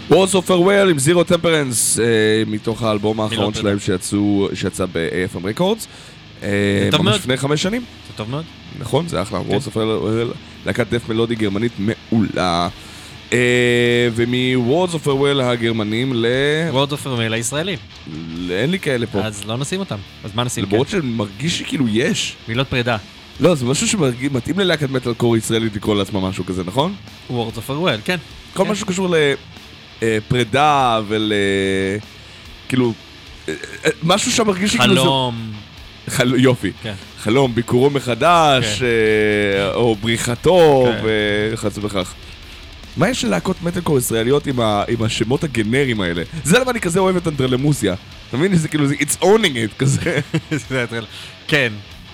Words of Farewell עם Zero Temperance, מתוך האלבום האחרון שלהם שיצא ב-AFM Records. ממש לפני 5 שנים.
זה טוב מאוד.
נכון, זה אחלה. Words of Farewell, להקת דף מלודי גרמנית מעולה. ומ-Words of Farewell הגרמנים
Words of Farewell הישראלים.
אין לי כאלה פה.
אז לא נשים אותם. אז מה נשים?
למרות שמרגיש שכאילו יש.
מילות פרידה.
לא, זה משהו שמתאים ללהקת מטל קור ישראלית לקרוא לעצמה משהו כזה, נכון?
Words of Farewell, כן.
כל משהו קשור לפרידה כאילו, משהו שמרגיש כאילו
חלום.
יופי. חלום, ביקורו מחדש, או בריחתו, וכיוצא בכך. מה יש ללהקות מטלקור ישראליות עם השמות הגנריים האלה? זה למה אני כזה אוהב את אנדרלמוסיה. אתה מבין? זה כאילו, it's owning it, כזה.
כן.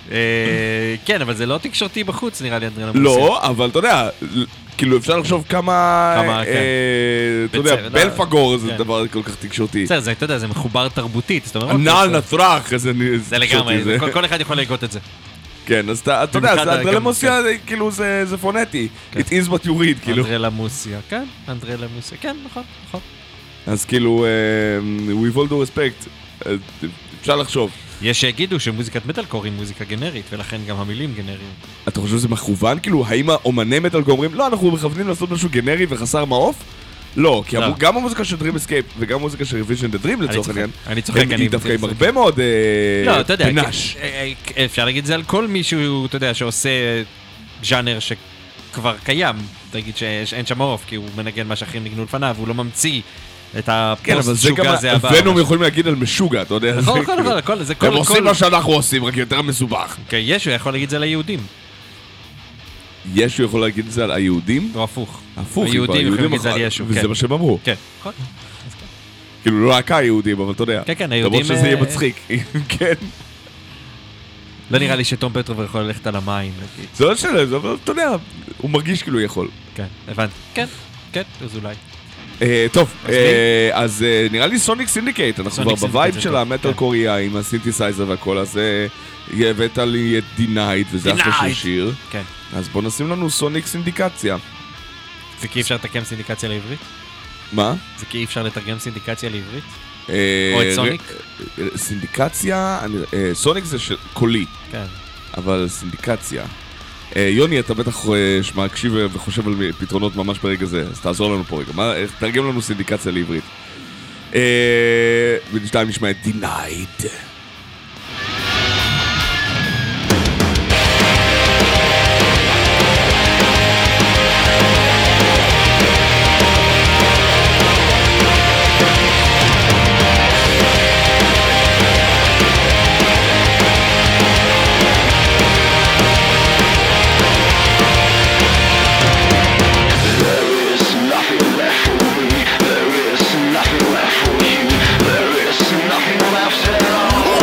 כן, אבל זה לא תקשורתי בחוץ, נראה לי אנדרלמוסיה.
לא, אבל אתה יודע, כאילו אפשר לחשוב כמה, אתה יודע, בלפגור זה דבר כל כך תקשורתי.
זה, אתה יודע, זה מחובר תרבותית.
נעל נצרך, זה
לגמרי, כל אחד יכול להגות את זה.
כן, אז אתה יודע, אנדרלמוסיה, כאילו זה פונטי. It is what you read, כאילו.
אנדרלמוסיה, כן, אנדרלמוסיה, כן, נכון.
אז כאילו, with all due respect, אפשר לחשוב.
יש שיגידו שמוזיקת מטלקור היא מוזיקה גנרית, ולכן גם המילים גנריים.
אתה חושב שזה מכוון? כאילו, האם האומני מטלקור אומרים, לא, אנחנו מכוונים לעשות משהו גנרי וחסר מעוף? לא, כי גם המוזיקה של Dream Escape וגם המוזיקה של Revision the Dream לצורך העניין,
אני צוחק,
היא דווקא עם הרבה מאוד פנש.
אפשר להגיד את זה על כל מישהו, אתה יודע, שעושה ז'אנר שכבר קיים, תגיד שאין שם מעוף, כי הוא מנגן מה שאחרים ניגנו לפניו, הוא לא ממציא את הפוסט שוגה הזה הבא.
ונום יכולים להגיד על משוגע, אתה יודע.
נכון,
הם עושים מה שאנחנו עושים, רק יותר מסובך.
כן, ישו יכול להגיד את זה ליהודים.
ישו יכול להגיד את זה על היהודים?
או הפוך.
הפוך,
היהודים יכולים להגיד את זה על ישו.
וזה מה שהם אמרו.
כן, נכון.
כאילו לא רק היהודים, אבל אתה יודע.
כן, היהודים...
למרות שזה יהיה מצחיק. כן.
לא נראה לי שתום פטרובר יכול ללכת על המים.
זה לא שאלה, אבל אתה יודע, הוא מרגיש כאילו יכול.
כן, הבנתי. כן, אז אולי.
טוב, אז נראה לי סוניק סינדיקייט, אנחנו כבר בווייב של המטל קוריה עם הסינתסייזר והכל, אז הבאת לי את דינייט, וזה אחלה של שיר.
כן.
אז בוא נשים לנו סוניק סינדיקציה.
זה כי אפשר לתרגם סינדיקציה לעברית?
מה?
זה כי אפשר לתרגם סינדיקציה לעברית? או את סוניק?
סינדיקציה, סוניק זה קולי.
כן.
אבל סינדיקציה. יוני, אתה בטח מקשיב וחושב על פתרונות ממש ברגע זה, אז תעזור לנו פה רגע. תרגם לנו סינדיקציה לעברית. ונשתיים נשמע את Denied.
Nothing left for you. There is nothing left at all.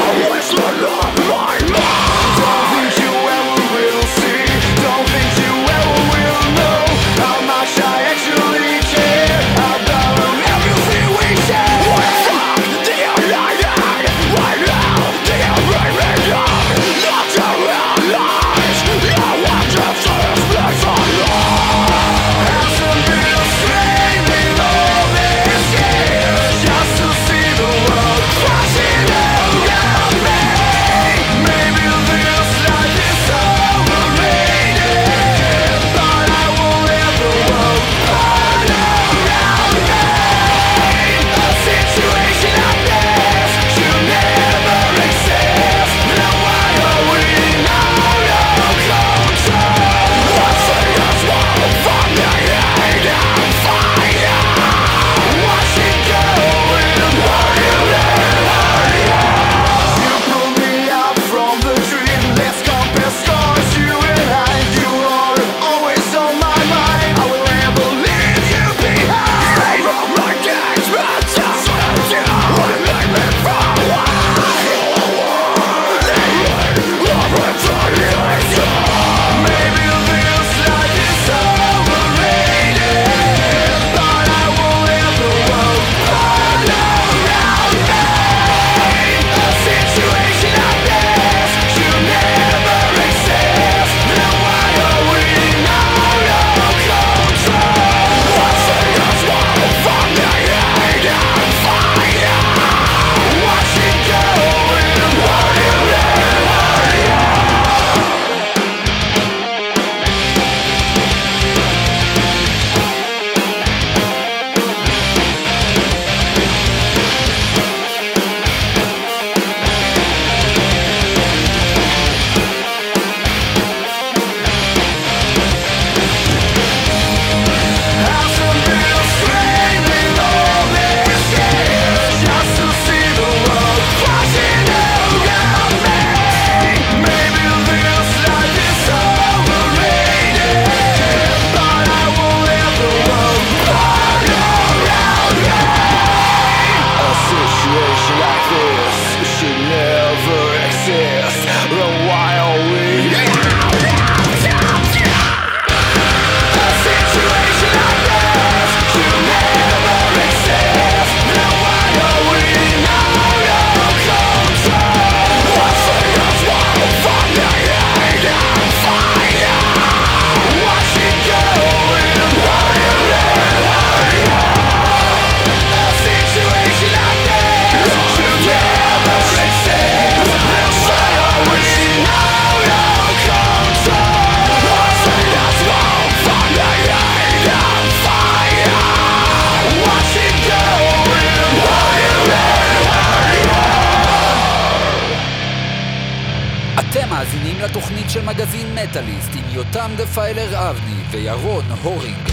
התוכנית של מגזין מטאליסט עם יותם דפיילר אבני וירון הורינג.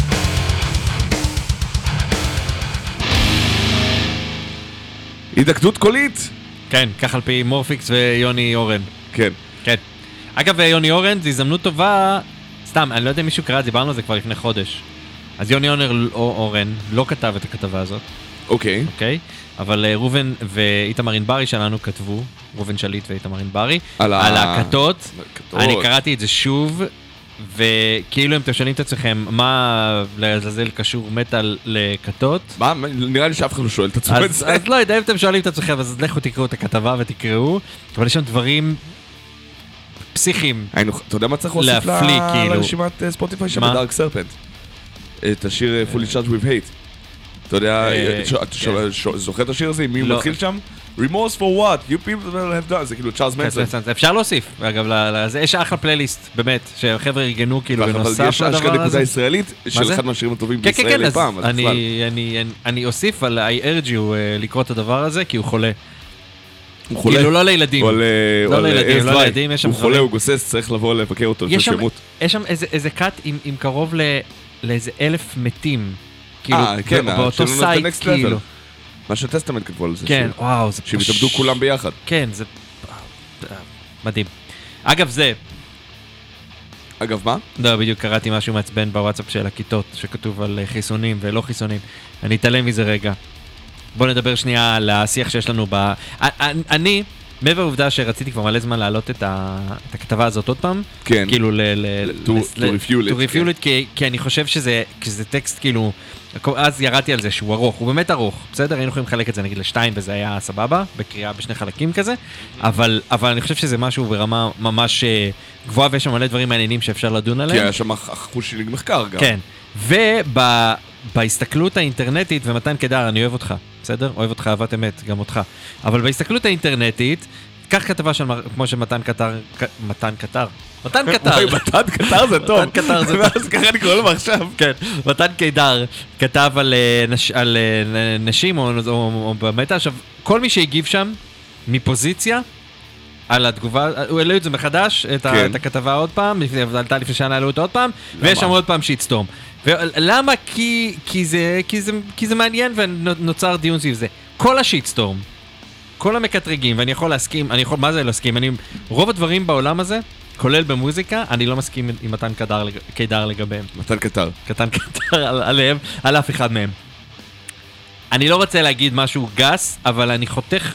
התנגדות קולית?
כן, כך על פי מורפיקס ויוני אורן.
כן.
כן. אגב, יוני אורן, זו הזדמנות טובה, סתם, אני לא יודע אם מישהו קרא, דיברנו על זה כבר לפני חודש. אז יוני אורן לא כתב את הכתבה הזאת.
אוקיי.
אוקיי? אבל ראובן ואיתמר ענברי שלנו כתבו, ראובן שליט ואיתמר ענברי, על הכתות. אני קראתי את זה שוב, וכאילו אם אתם שואלים את עצמכם, מה לעזאזל קשור מטל לכתות?
מה? נראה לי שאף אחד לא שואל את עצמו את זה.
אז לא יודע, אם אתם שואלים את עצמכם, אז לכו תקראו את הכתבה ותקראו, אבל יש שם דברים פסיכיים.
אתה יודע מה צריך להוסיף לרשימת ספוטיפיי שם בדארק סרפנט? את השיר Fully Charged with Hate. אתה יודע, זוכר את השיר הזה? מי מתחיל שם? Remorse for what? You people have done. זה כאילו צ'ארלס מנסון.
אפשר להוסיף, אגב, יש אחלה פלייליסט, באמת, שחבר'ה ארגנו כאילו בנוסף לדבר הזה.
יש אשכרה נקודה ישראלית של אחד מהשירים הטובים בישראל פעם.
אני אוסיף על I urge you לקרוא את הדבר הזה, כי הוא חולה.
הוא חולה.
כאילו לא לילדים.
לא
לילדים, יש שם
הוא חולה, הוא גוסס, צריך לבוא לבקר אותו,
יש שם איזה קאט עם קרוב לאיזה 1,000 מתים.
כן,
באותו סייט, כאילו.
מה שטסטמנט כתבו על זה.
כן, וואו, זה
שהם התאבדו כולם ביחד.
כן, זה מדהים. אגב,
אגב, מה?
לא, בדיוק קראתי משהו מעצבן בוואטסאפ של הכיתות, שכתוב על חיסונים ולא חיסונים. אני אתעלם מזה רגע. בוא נדבר שנייה על השיח שיש לנו אני, מעבר העובדה שרציתי כבר מלא זמן להעלות את הכתבה הזאת עוד פעם,
כן.
כאילו
to refuel it,
כי אני חושב שזה טקסט כאילו, אז ירדתי על זה שהוא ארוך, הוא באמת ארוך, בסדר? היינו יכולים לחלק את זה נגיד לשתיים וזה היה סבבה, בקריאה בשני חלקים כזה, אבל אני חושב שזה משהו ברמה ממש גבוהה ויש שם מלא דברים מעניינים שאפשר לדון עליהם.
כי היה שם אחוז של מחקר גם.
כן, בהסתכלות האינטרנטית, ומתן קדר, אני אוהב אותך, בסדר? אוהב אותך, אהבת אמת, גם אותך. אבל בהסתכלות האינטרנטית, כך כתבה של, כמו שמתן קטר, מתן קטר
זה טוב.
מתן קטר זה טוב.
אז ככה אני קורא לו עכשיו.
כן, מתן קדר כתב על נשים, או באמת, עכשיו, כל מי שהגיב שם, מפוזיציה, על התגובה, הוא העלו את זה מחדש, את הכתבה עוד פעם, עלתה לפני שנה העלו אותה עוד פעם, ויש שם עוד פעם שיטסטורם. למה? כי זה מעניין ונוצר דיון סביב זה. כל השיטסטורם, כל המקטרגים, ואני יכול להסכים, מה זה לא להסכים? רוב הדברים בעולם הזה, כולל במוזיקה, אני לא מסכים עם מתן קדר לגביהם.
מתן קטר
עליהם, על אף אחד מהם. אני לא רוצה להגיד משהו גס, אבל אני חותך,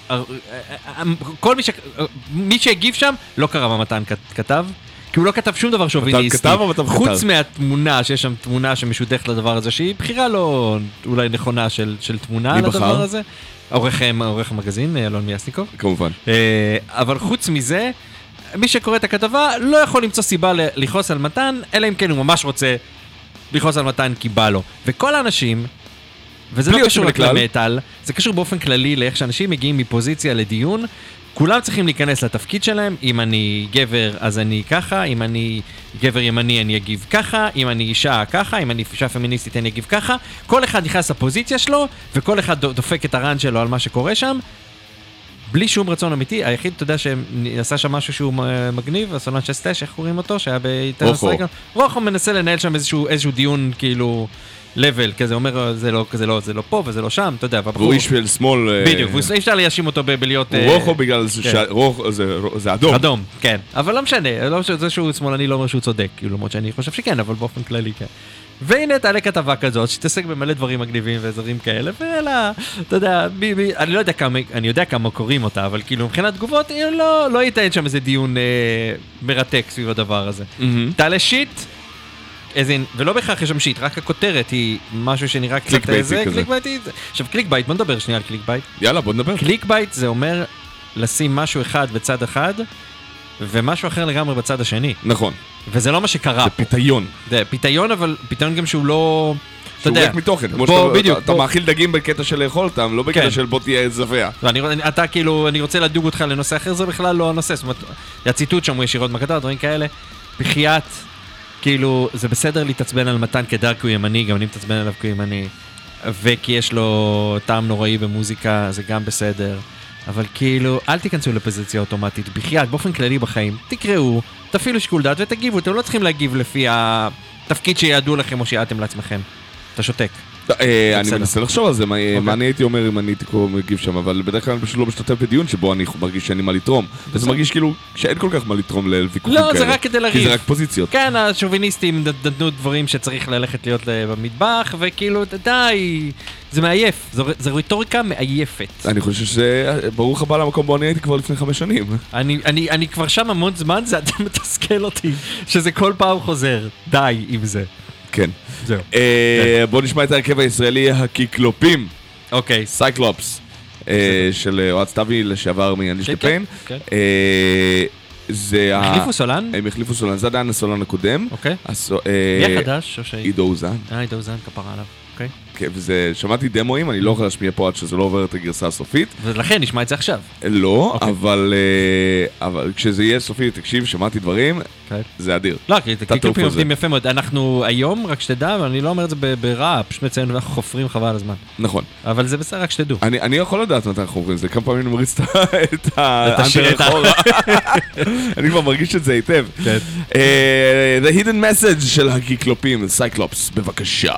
מי שהגיב שם לא קרא מה מתן כתב, כי הוא לא כתב שום דבר שוביניסטי, חוץ מהתמונה, שיש שם תמונה שמשודכת לדבר הזה, שהיא בחירה לא אולי נכונה של תמונה על הדבר הזה. עורך המגזין, אלון מיאסניקוב.
כמובן.
אבל חוץ מזה, מי שקורא את הכתבה לא יכול למצוא סיבה לכעוס על מתן, אלא אם כן הוא ממש רוצה לכעוס על מתן כי בא לו. וכל האנשים, וזה לא קשור רק למטל, זה קשור באופן כללי לאיך שאנשים מגיעים מפוזיציה לדיון, כולם צריכים להיכנס לתפקיד שלהם, אם אני גבר אז אני ככה, אם אני גבר ימני אני אגיב ככה, אם אני אישה ככה, אם אני אישה פמיניסטית אני אגיב ככה, כל אחד נכנס לפוזיציה שלו, וכל אחד דופק את הרן שלו על מה שקורה שם, בלי שום רצון אמיתי. היחיד, אתה יודע שעשה שם משהו שהוא מגניב, הסולן שסטש, איך קוראים אותו? שהיה באינטרנס רגע? רוחו מנסה לנהל שם איזשהו דיון כאילו level, כזה אומר, זה לא פה וזה לא שם, אתה יודע,
והוא איש של שמאל.
בדיוק, אי אפשר להאשים אותו בלהיות...
הוא רוחו בגלל זה אדום.
אדום, כן. אבל לא משנה, זה שהוא שמאלני לא אומר שהוא צודק, כאילו, למרות שאני חושב שכן, אבל באופן כללי כן. והנה תעלה כתבה כזאת, שתעסק במלא דברים מגניבים ואזורים כאלה, ואלא, אתה יודע, אני יודע כמה קוראים אותה, אבל כאילו, מבחינת תגובות, לא יתעד שם איזה דיון מרתק סביב הדבר הזה. תעלה שיט, ולא בהכרח יש שם שיט, רק הכותרת היא משהו שנראה קצת איזה, קליקבייט. עכשיו קליקבייט, בוא נדבר שנייה על קליקבייט.
יאללה, בוא נדבר.
קליקבייט זה אומר לשים משהו אחד בצד אחד, ומשהו אחר לגמרי בצד השני.
נכון.
וזה לא מה שקרה.
זה פיתיון.
זה פיתיון, אבל פיתיון גם שהוא לא...
שהוא ריק מתוכן. כמו שאתה מאכיל דגים בקטע של לאכול אותם, לא בקטע של בוא תהיה זבע.
אתה כאילו, אני רוצה לדוג אותך לנושא אחר, זה בכלל לא הנושא. זאת אומרת, הציטוט שם הוא ישירות מהכתב, דברים כאלה. בחיית, כאילו, זה בסדר להתעצבן על מתן קדר כי הוא ימני, גם אני מתעצבן עליו כי הוא ימני. וכי יש לו טעם נוראי במוזיקה, זה גם בסדר. אבל כאילו, אל תיכנסו לפוזיציה אוטומטית. בחיית, באופן כללי בחיים, תקראו, תפעילו שיקול דעת ותגיבו, אתם לא צריכים להגיב לפי התפקיד שיעדו לכם או שיעדתם לעצמכם. אתה שותק.
אני מנסה לחשוב על זה, מה אני הייתי אומר אם אני הייתי מגיב שם, אבל בדרך כלל אני פשוט לא משתתף בדיון שבו אני מרגיש שאין לי מה לתרום. וזה מרגיש כאילו שאין כל כך מה לתרום לוויכוחים כאלה.
לא, זה רק כדי לריב.
כי זה רק פוזיציות.
כן, השוביניסטים נתנו דברים שצריך ללכת להיות במטבח, וכאילו, די, זה מעייף. זו ריטוריקה מעייפת.
אני חושב שזה ברוך הבא למקום בו אני הייתי כבר לפני 5 שנים.
אני כבר שם המון זמן, זה עדיין מתסכל אותי, שזה כל פעם חוזר. די עם זה.
כן.
זהו.
בואו נשמע את ההרכב הישראלי, הקיקלופים.
אוקיי.
סייקלופס. של אוהד סתיוי לשעבר מאנליש קמפיין.
החליפו סולן?
הם החליפו סולן, זה עדיין הסולן הקודם.
אוקיי. מי החדש?
עידו אוזן.
עידו אוזן, כפרה עליו. אוקיי.
כן, וזה, שמעתי דמואים, אני לא יכול להשמיע פה עד שזה לא עובר את הגרסה הסופית.
ולכן נשמע את זה עכשיו.
לא, אבל כשזה יהיה סופי, תקשיב, שמעתי דברים, זה אדיר.
לא, כי קיקלופים עובדים יפה מאוד. אנחנו היום, רק שתדע, ואני לא אומר את זה ברע, פשוט מציין, אנחנו חופרים חבל על הזמן.
נכון.
אבל זה בסדר, רק שתדעו.
אני יכול לדעת מתי אנחנו חופרים, זה כמה פעמים אני מריץ את האנטר אחורה. אני כבר מרגיש את זה היטב. The Hidden Message של הקיקלופים, סייקלופס, בבקשה.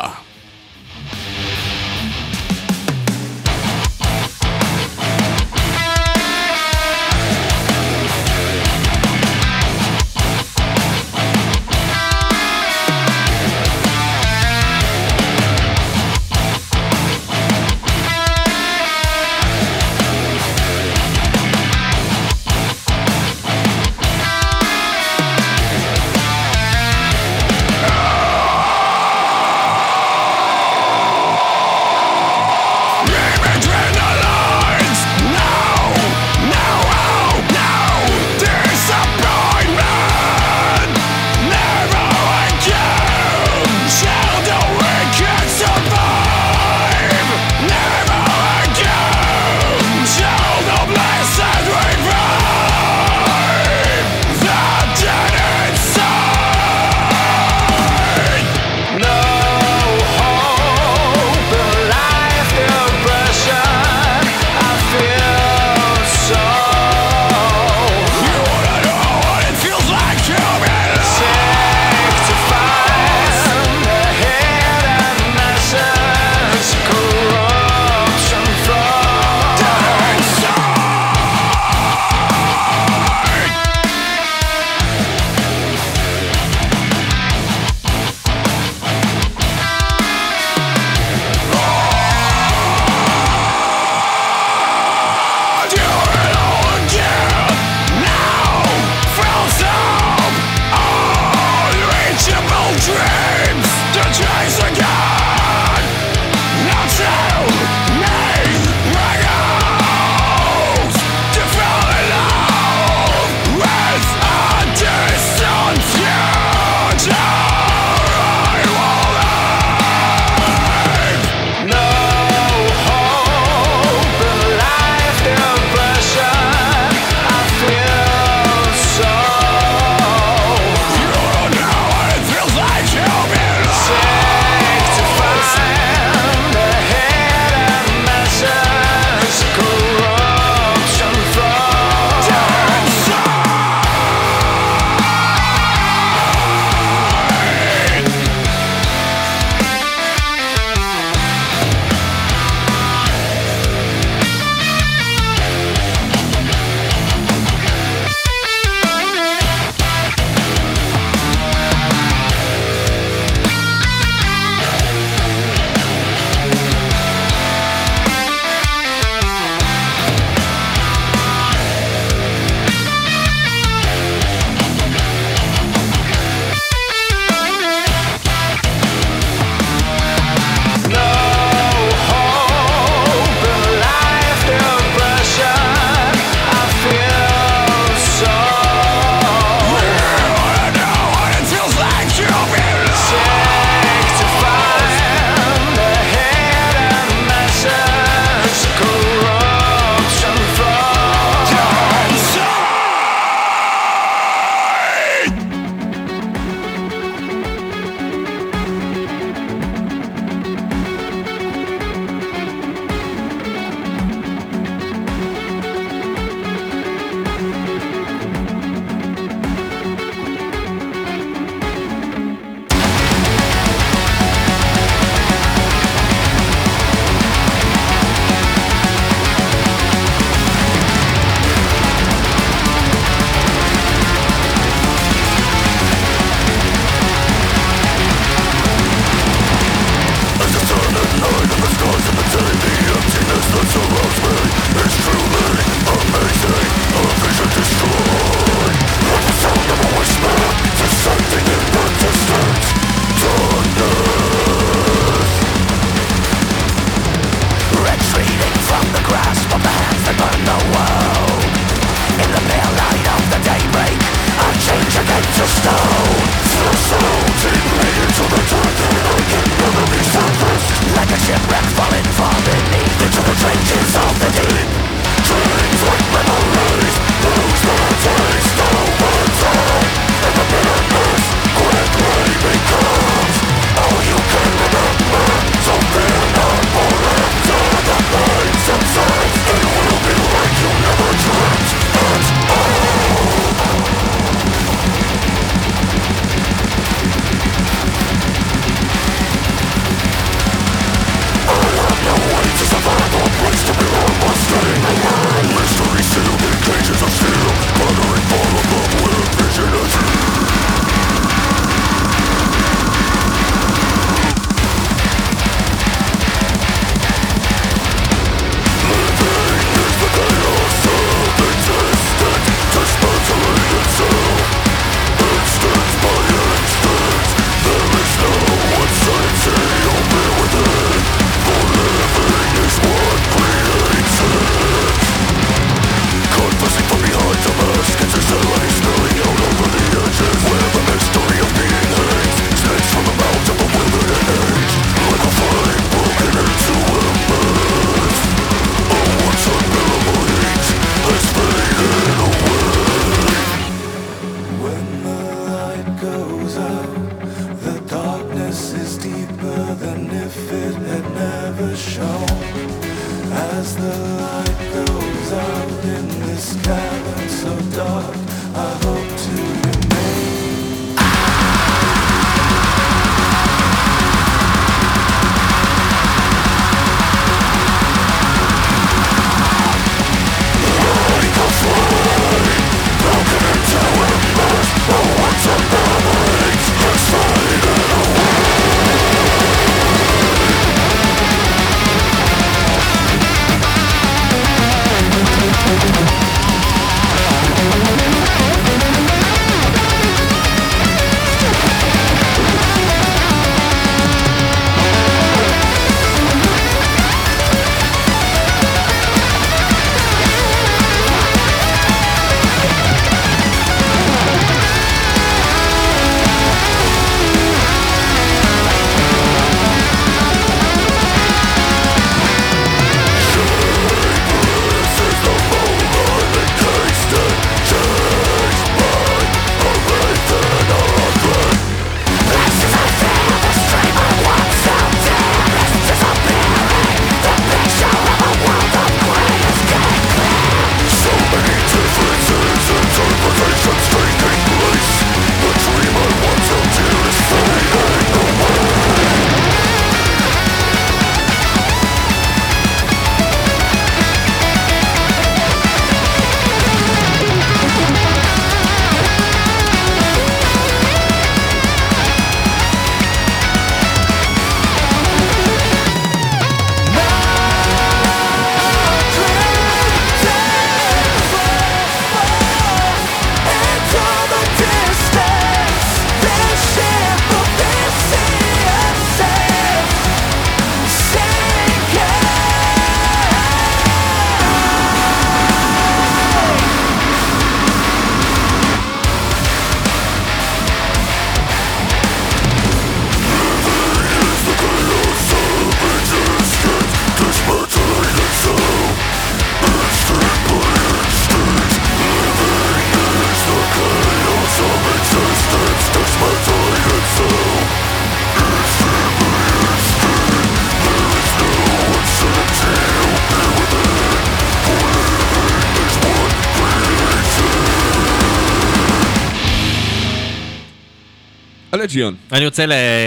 הלג'יון.
אני רוצה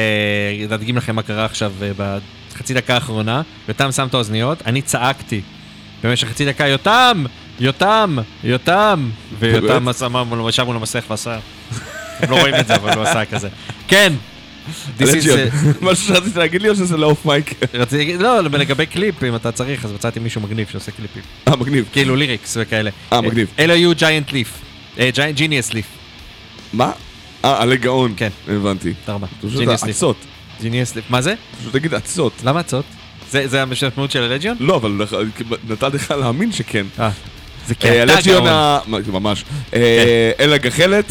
להדגים לכם מה קרה עכשיו בחצי דקה האחרונה. יותם שם את האוזניות, אני צעקתי במשך חצי דקה, יותם! יותם! יותם! ויותם ישב מול המסך ועשה. אתם לא רואים את זה, אבל הוא עשה כזה. כן!
הלג'יון. משהו שרציתי להגיד לי או שזה לא אוף מייק?
רציתי להגיד, לא, לגבי קליפ, אם אתה צריך, אז מצאתי מישהו מגניב שעושה קליפים.
מגניב.
כאילו ליריקס וכאלה.
מגניב.
אלו יהיו ג'יינט ליף. ג'יניאס ליף.
מה? עלי גאון.
כן.
הבנתי.
תרבה.
פשוט עצות.
ג'יניאס ליף. מה זה?
פשוט תגיד עצות.
למה עצות? זה המשמעות של הלג'יון?
לא, אבל נתתי לך להאמין שכן.
זה כי אתה
הלג'יון
גאון.
ממש. אל הגחלת,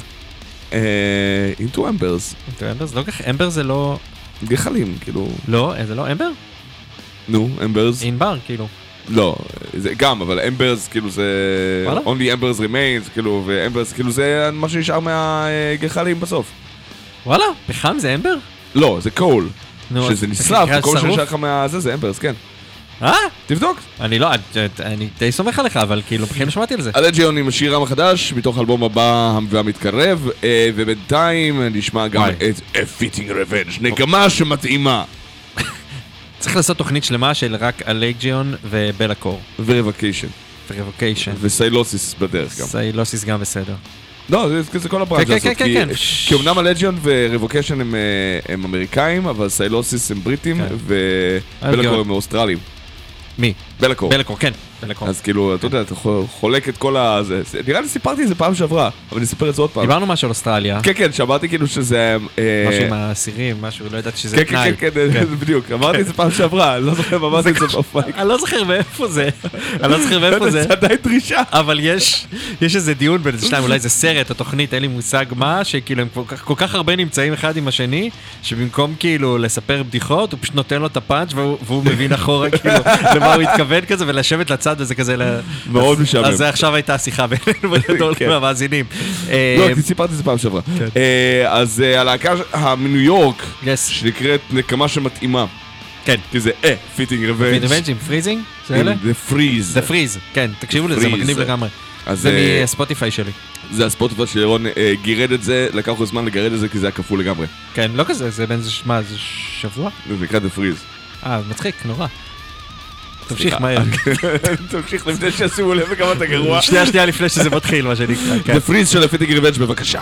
into embers.
אמבר? אמבר זה לא...
גחלים, כאילו...
לא, זה לא אמבר?
נו, embers.
אינבר, כאילו.
לא, זה גם, אבל embers, כאילו זה...
וואלה?
only embers remains, כאילו, ו-embers, כאילו זה מה שנשאר מהגחלים בסוף.
וואלה, פחם זה אמבר?
לא, זה קול.
נו,
שזה
אז
נשרף,
זה
כל
שרוף?
שנשאר לך מהזה, זה embers, כן. תבדוק.
אני לא, אני די סומך עליך, אבל כאילו, בכלל שמעתי על זה.
הלג'יון עם השיר המחדש, מתוך אלבום הבא, והמתקרב, ובינתיים נשמע גם את A Fitting Revenge, נקמה שמתאימה.
צריך לעשות תוכנית שלמה של רק הלג'יון ובלקור.
ורווקיישן.
ורווקיישן.
וסיילוסיס בדרך גם.
סיילוסיס גם בסדר.
לא, זה כל הברנז'ה
כן,
הזאת,
כן, כן.
כי אמנם הלג'יון ורווקיישן הם אמריקאים, אבל סיילוסיס הם בריטים, ובלקור הם אוסטרלים.
מי?
בלקור.
בלקור, כן. בלקור.
אז כאילו, אתה יודע, אתה חולק את כל הזה. נראה לי סיפרתי את זה פעם שעברה, אבל אני אספר את זה עוד פעם.
דיברנו משהו על אוסטרליה.
כן, כן, שאמרתי כאילו שזה...
משהו עם האסירים, משהו, לא ידעתי שזה
כן,
תנאי.
כן, כן, בדיוק. אמרתי את זה פעם שעברה, אני לא זוכר מה אמרתי את זה בפייק.
אני לא זוכר מאיפה זה. אני לא זוכר מאיפה זה.
זה עדיין דרישה.
אבל יש איזה דיון בין זה שניים, אולי זה סרט או תוכנית, אין לי מושג מה, שכאילו הם כל כך הרבה נמצאים אחד עם השני, שבמקום כאילו לספר בדיחות, הוא פשוט נותן לו את הפאנץ' והוא מבין אחורה כאילו למה הוא התכוון כזה, ולשבת לצד וזה כזה
מאוד משעמם.
אז זה עכשיו הייתה שיחה בינינו בגדול מהמאזינים.
לא, כי סיפרתי את זה פעם שעברה. אז הלהקה מניו יורק, שנקראת נקמה שמתאימה.
כן.
כי זה פיטינג רבנג'.
פיטינג עם פריזינג? זה אלה?
זה פריז.
זה פריז, כן, תקשיבו לזה, מגניב לגמרי. זה מספוטיפיי שלי.
זה הספוטיפיי של ירון גירד את זה, לקח לו זמן לגרד את זה כי זה היה כפול לגמרי.
כן, לא כזה, זה בין זה, מה, זה שבוע?
זה נקרא The Freeze.
מצחיק, נורא. תמשיך מהר.
תמשיך לפני שישימו לב וכמה אתה גרוע.
שנייה לפני שזה מתחיל, מה שנקרא.
The Freeze של פיטינג רבנג' בבקשה.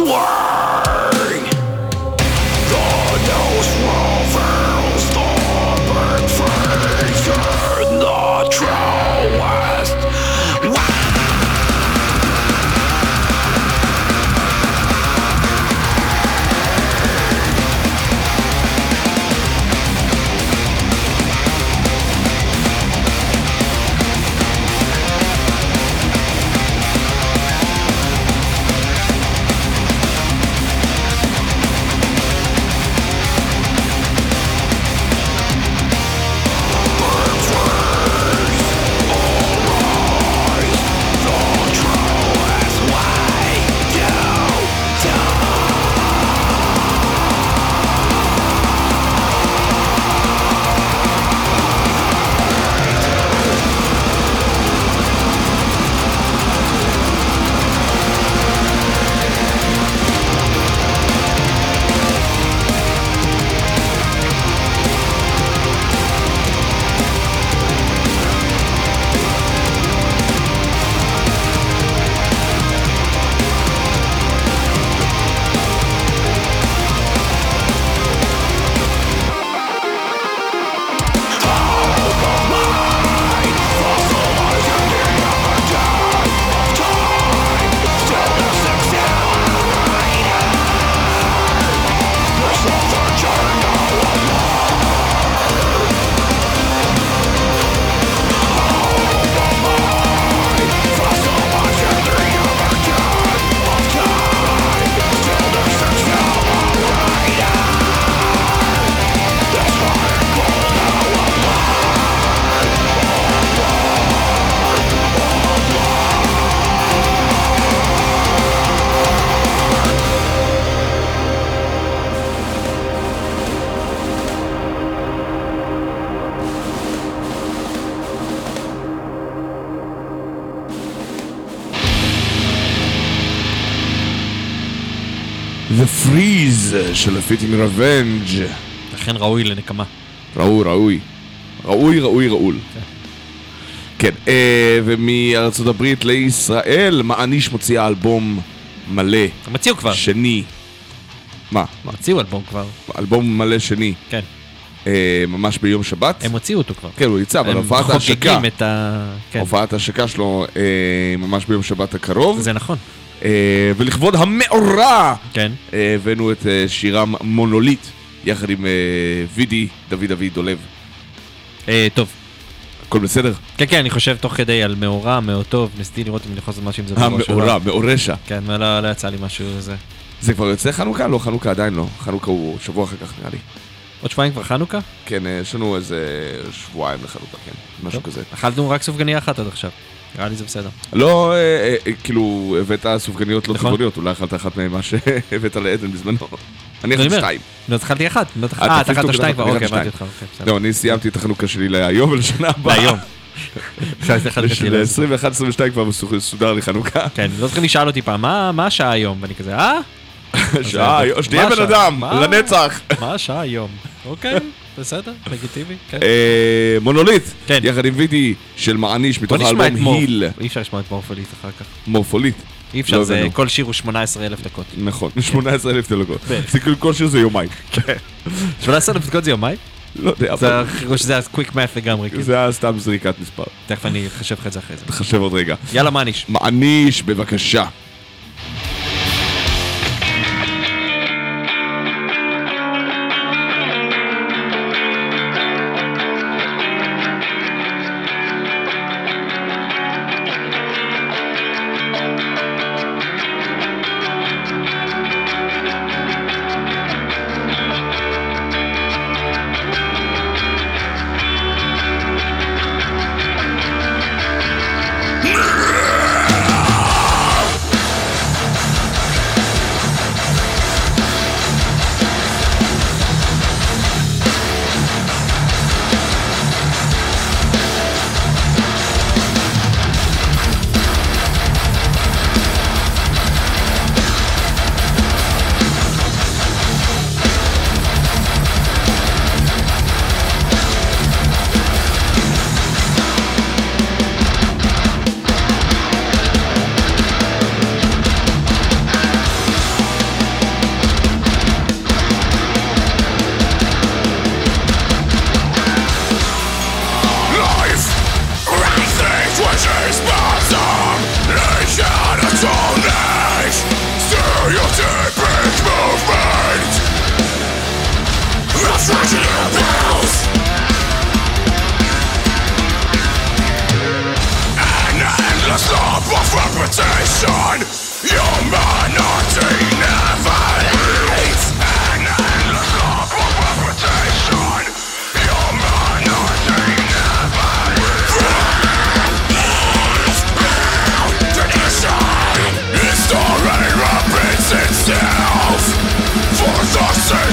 swing. The nose reveals the big face in the truest.
The Freeze של הפיטים Revenge.
לכן ראוי לנקמה.
ראוי. כן, ומארצות הברית לישראל, מעניש מוציאה אלבום מלא.
הם הציעו כבר.
שני. מה?
הוציאו אלבום כבר.
אלבום מלא שני.
כן.
ממש ביום שבת.
הם הוציאו אותו כבר.
כן, הוא יצא, אבל הופעת ההשקה.
הם חוגגים את ה...
הופעת ההשקה שלו ממש ביום שבת הקרוב.
זה נכון.
ולכבוד המאורע,
כן.
הבאנו את שירם מונוליט, יחד עם וידי, דוד דולב.
טוב.
הכל בסדר?
כן, כן, אני חושב תוך כדי על מאורע, מאוד טוב, ניסיתי לראות אם אני יכול לעשות משהו עם זה בראש.
המאורע, מאורשה.
כן, לא יצא לי משהו זה.
זה כבר יוצא חנוכה? לא, חנוכה עדיין לא. חנוכה הוא שבוע אחר כך, נראה לי.
עוד שבועיים כבר חנוכה?
כן, יש לנו איזה שבועיים לחנוכה, כן, משהו כזה.
אכלנו רק סופגניה אחת עד עכשיו. נראה לי זה בסדר.
לא, כאילו, הבאת סופגניות לא
נכון.
טבעוניות, אולי אכלת אחת מהם מה שהבאת לעדן בזמנו. אני אכלתי שתיים.
לא, התחלתי אחת.
אתה
אתה אכלת שתיים כבר,
אני
אוקיי,
אכלתי
הבנתי אותך.
לא, אני סיימתי את החנוכה שלי להיום ולשנה הבאה.
להיום.
ל-21-22 כבר סודר לי חנוכה.
כן, לא צריכים לשאול אותי פעם, מה השעה היום? ואני כזה,
שעה, שתהיה בן אדם, לנצח.
מה השעה היום? אוקיי, בסדר, לגיטימי.
מונוליט,
כן.
יחד עם וידי של מעניש
בוא
מתוך
נשמע את
האלבום
מורף.
היל.
אי אפשר לשמוע את מורפוליט אחר כך.
מורפוליט.
אי אפשר,
לא
זה
הבנו.
כל שיר הוא 18,000 דקות.
נכון, 18,000 דקות.
כן.
זה כאילו כל שיר זה יומיים.
18,000 דקות זה יומיים?
לא יודע,
זה
אבל
שזה קוויק מאף לגמרי. כאילו.
זה היה סתם זריקת מספר.
תכף אני אחשב לך את זה אחרי זה.
תחשב עוד רגע.
יאללה, מעניש.
מעניש, בבקשה.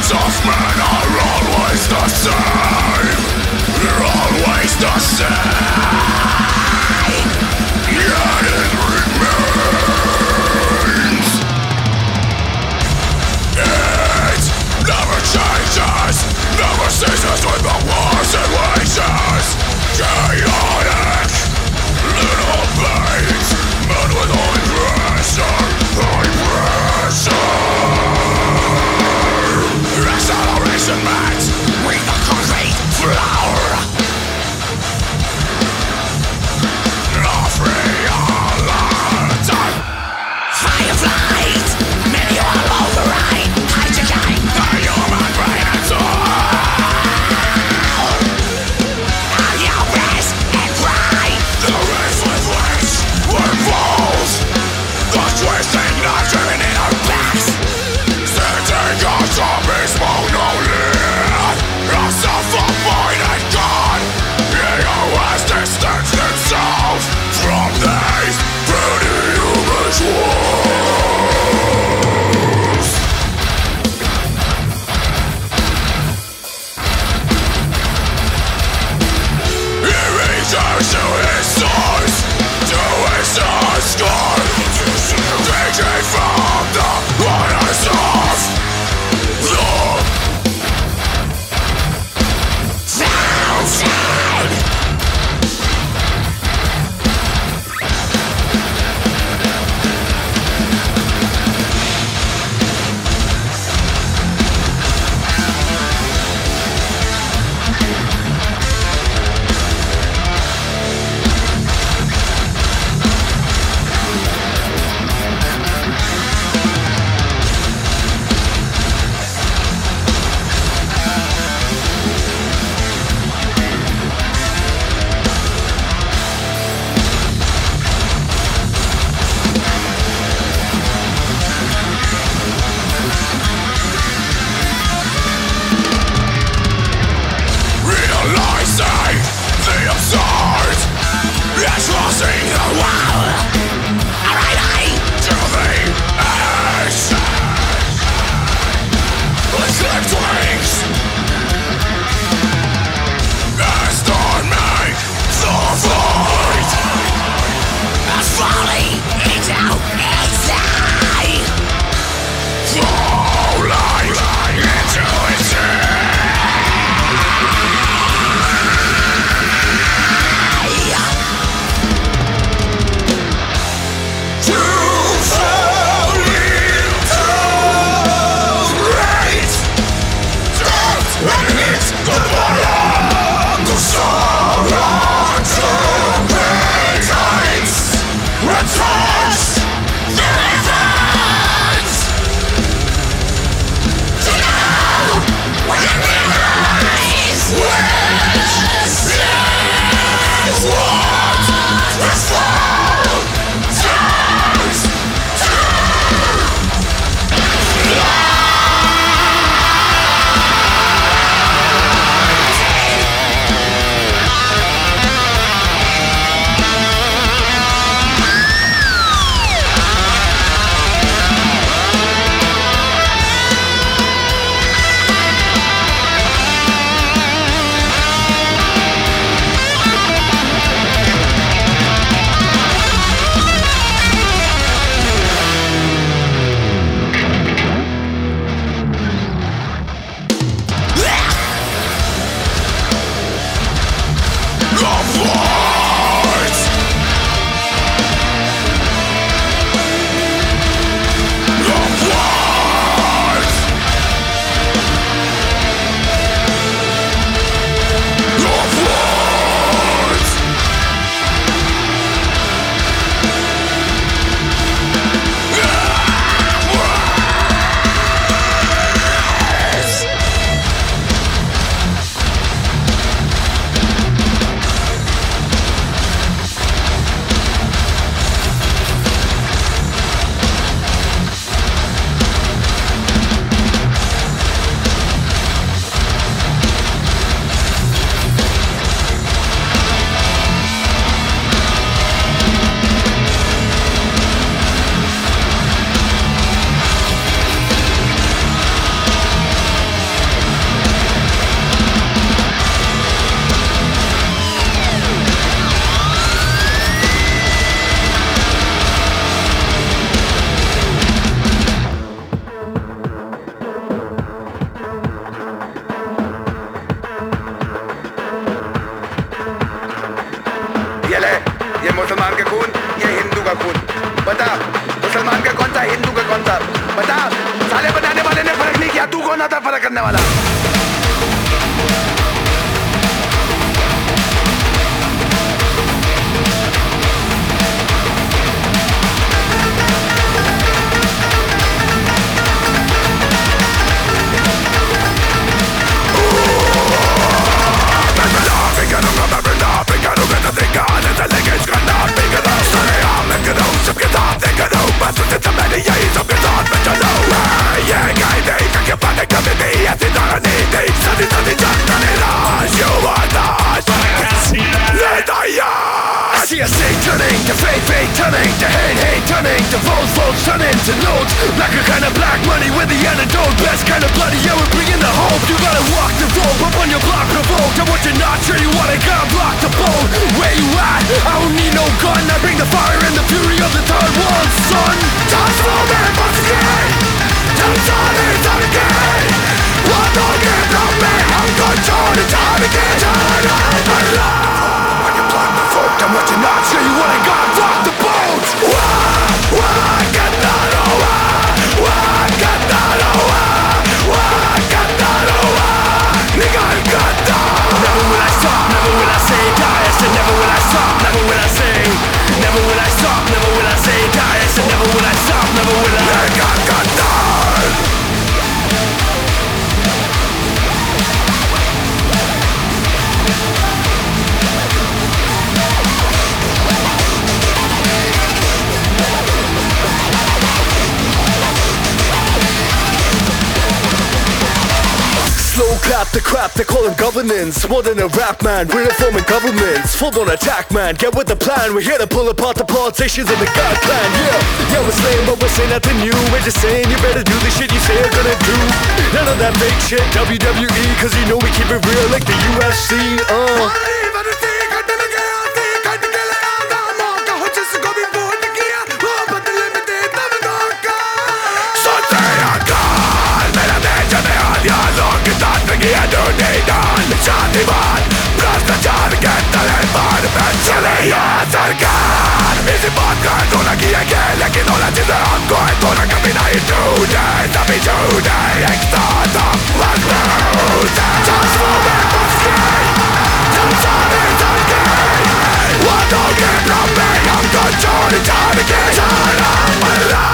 of men are always the same. They're always the same. Yet it remains. It never changes, never ceases with the wars and wages. Chaotic little pains, men with high pressure, high pressure. Acceleration meant with the concrete flower. Not reality. Fireflies, many all override, hijacking the human brain and soul. Now you rest and cry. The race with which were fools. The twisting, not driven in our backs. Sitting on zombies, won't no live. A self-appointed God. He who has distanced himself from these pretty human wolves. He returns to his source, to his scar. Taken from the waters of the fountain. Realizing the absurd, it's crossing the wall. Arriving to the edge. With clipped wings, exterminate the void. As falling into exile. Falling into exile. To know
होता है हिंदू का कौन सा बता साले बनाने वाले ने फर्क नहीं किया तू कौन आता फर्क करने वाला I see a state turning to fate turning to hate turning to votes turning to notes like a kind of black money with the antidote best kind of bloody yeah we're bringing the hope you gotta walk the rope up on your block provoked and what you're not sure you wanna gotta block the boat where you at I don't need no gun I bring the fire and the fury of the third world son time's moving once again time's on again one don't get from me I'm controlling the time again turn on my life and what you're not sure you wanna go rock the boat get that get that nigga I got that never will I stop, never will I say die I said never will I stop, never will I say never will I stop, never will I say die I said never will I stop, never will I nigga I got that slow clap the crap they call them governance more than a rap man we're reforming governments full on attack man get with the plan we're here to pull apart the politicians and the god clan yeah we're slaying but we're saying nothing new we're just saying you better do the shit you say you're gonna do none of that fake shit WWE cause you know we keep it real like the UFC Shativan, Prastajad, Gentalen, Eventually, Sarkar Easy podcast, una guía que le quedó la chiste Anko, una camina y today Sabi today, extata, was rooted Just moving for skin Just honest and gay What don't get from me, I'm controlling time again Turn on my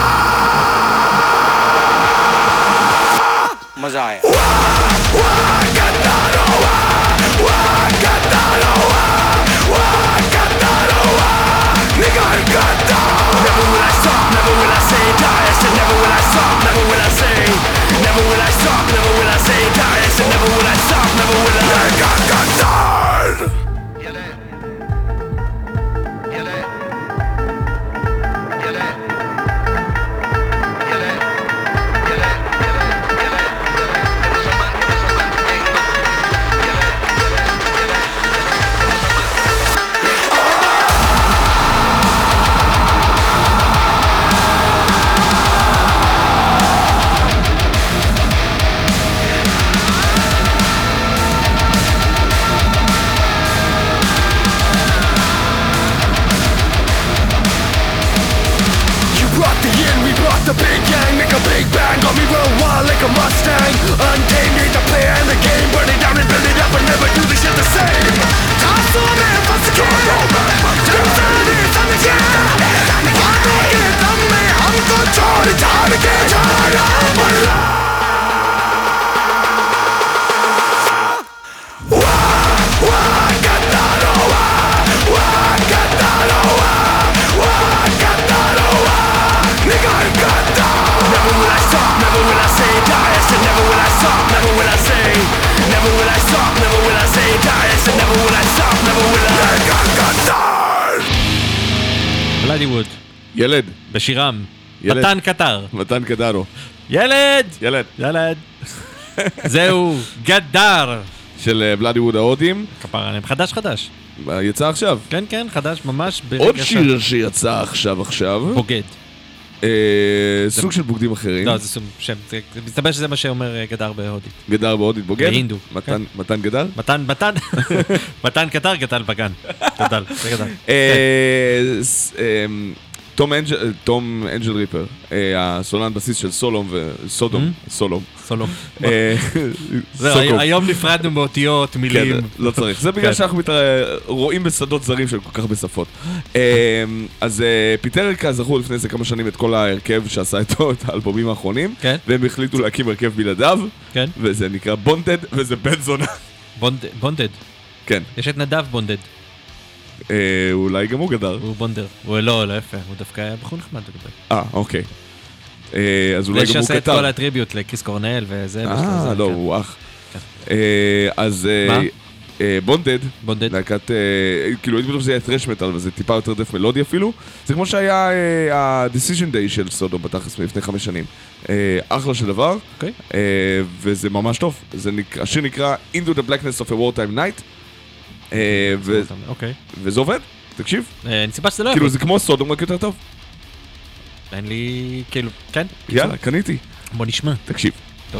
life Maza aaya Never will I stop, never will I say die I said never will I stop, never will I say never will I stop, never will I say die I said never will I stop, never will I the big gang, make a big bang got me real wild like a Mustang Untamed, need to play in the game burn it down and build it up and never do this shit the same Time for me, once again Turn it on the jam I don't get on me, I'm controlling time again Turn on my life Never will I stop, never will I say die I said never will I stop, never will I say never will I stop, never will I say die I said never will I stop, never will I
בלאדי ווד
ילד
בשירם
ילד.
מתן קטר
מתן קדרו
ילד
ילד
ילד זהו גדר
של בלאדי ווד ההודים
כפרה עליהם חדש
יצא עכשיו
כן כן חדש ממש
עוד שיר שיצא עכשיו
בוגד
סוג של בוגדים אחרים.
לא, זה סוג שם, מסתבר שזה מה שאומר גדר בהודית.
גדר בהודית בוגד?
בהינדו.
מתן גדל?
מתן קטר גדל בגן. גדל, זה גדל.
תום אנג'ל ריפר, הסולן בסיס של סולום וסודום, סולום.
זהו, היום נפרדנו מאותיות, מילים.
כן, לא צריך. זה בגלל שאנחנו רואים בשדות זרים של כל כך בשפות. אז פיטר זכו לפני זה כמה שנים את כל ההרכב שעשה איתו את האלבומים האחרונים, והם החליטו להקים הרכב בלעדיו, וזה נקרא בונדד, וזה בן זונה.
בונדד? כן. יש את נדב בונדד.
אולי גם הוא גדר.
הוא בונדר. הוא לא יפה, הוא דווקא היה בחור נחמד לגבי.
אוקיי. אז אולי גם הוא כתב.
שעשה את כל הטריביוט לקריס קורנל וזה.
לא, הוא אח. אז בונדד, להקת, כאילו הייתי בטוח שזה היה טרש מטל, וזה טיפה יותר דף מלודי אפילו. זה כמו שהיה ה-Decision Day של סודום בתכלס לפני 5 שנים. אחלה של דבר, וזה ממש טוב. השיר נקרא Into the Blackness of a Wartime Night. וזה עובד, תקשיב.
אני סיבה שזה לא
כאילו זה כמו סודום רק יותר טוב.
אין לי, כאילו, כן.
יאללה, קניתי.
בוא נשמע.
תקשיב.
טוב.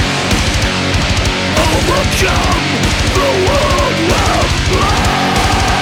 Overcome the world of blood.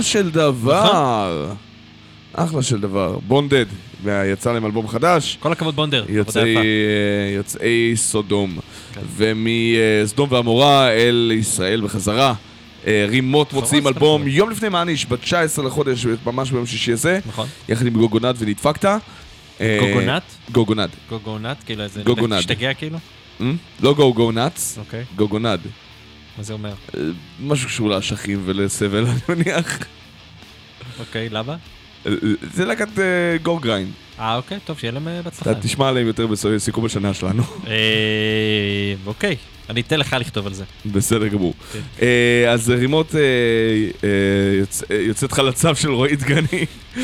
של דבר. אחלה של דבר. בונדד, יצא להם אלבום חדש.
כל הכבוד בונדר, עבודה יפה.
יוצאי סודום. ומסדום ועמורה אל ישראל בחזרה. רימות מוציאים אלבום יום לפני מעניש, ב-19 לחודש, ממש ביום שישי הזה.
נכון.
יחד עם גוגונד ונדפקת.
גוגונט?
גוגונד.
גוגונט? כאילו איזה...
גוגונד.
תשתגע כאילו?
לא גוגונטס,
אוקיי.
גוגונד.
מה זה אומר?
משהו קשור לאשכים ולסבל, אני מניח.
אוקיי, למה?
זה להקת גורגריין.
אוקיי, טוב, שיהיה להם בהצלחה.
אתה תשמע עליהם יותר בסיכום השנה שלנו.
אוקיי, אני אתן לך לכתוב על זה.
בסדר גמור. אז רימות יוצאת לך לצו של רועי דגני,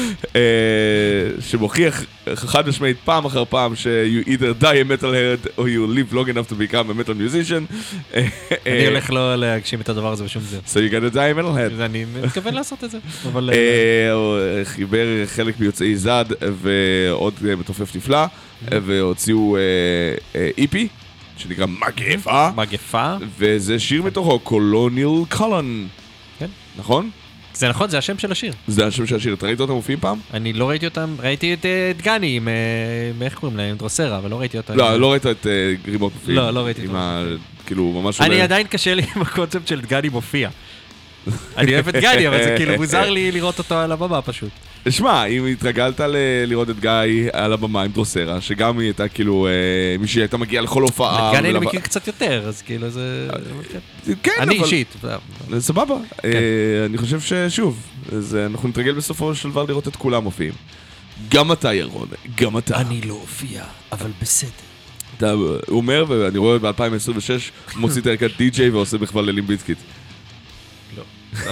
שמוכיח חד משמעית פעם אחר פעם ש-you either die a metalhead or you live long enough to become a metal musician.
אני הולך לא להגשים את הדבר הזה בשום זה.
So you gotta die a metalhead.
אני מתכוון לעשות את זה.
הוא חיבר חלק מיוצאי זד ועוד מתופף נפלא, והוציאו EP שנקרא מגפה.
מגפה.
וזה שיר מתוכו, קולוניאל קולון.
כן.
נכון?
זה נכון, זה השם של השיר.
זה השם של השיר. אתה ראית אותם מופיעים פעם?
אני לא ראיתי אותם, ראיתי את דגני עם, איך קוראים להם? דרוסרה, אבל לא ראיתי אותם.
לא ראית את רימות מופיעים.
לא ראיתי אותם.
כאילו, ממש...
אני עדיין קשה לי עם הקונספט של דגני מופיע. אני אוהב את גני, אבל זה כאילו מוזר לי לראות אותו על הבמה פשוט.
שמע, אם התרגלת לראות את גיא על הבמה עם דרוסרה, שגם היא הייתה כאילו, מישהי הייתה מגיעה לכל הופעה.
את גני אני מכיר קצת יותר, אז כאילו זה...
כן,
אני אישית.
סבבה. אני חושב ששוב, אנחנו נתרגל בסופו של דבר לראות את כולם מופיעים. גם אתה, ירון, גם אתה.
אני לא אופיע, אבל בסדר.
הוא אומר, ואני רואה ב-2026, מוציא את הערכת די-ג'יי ועושה בכלל לילים ביטקיט.
זה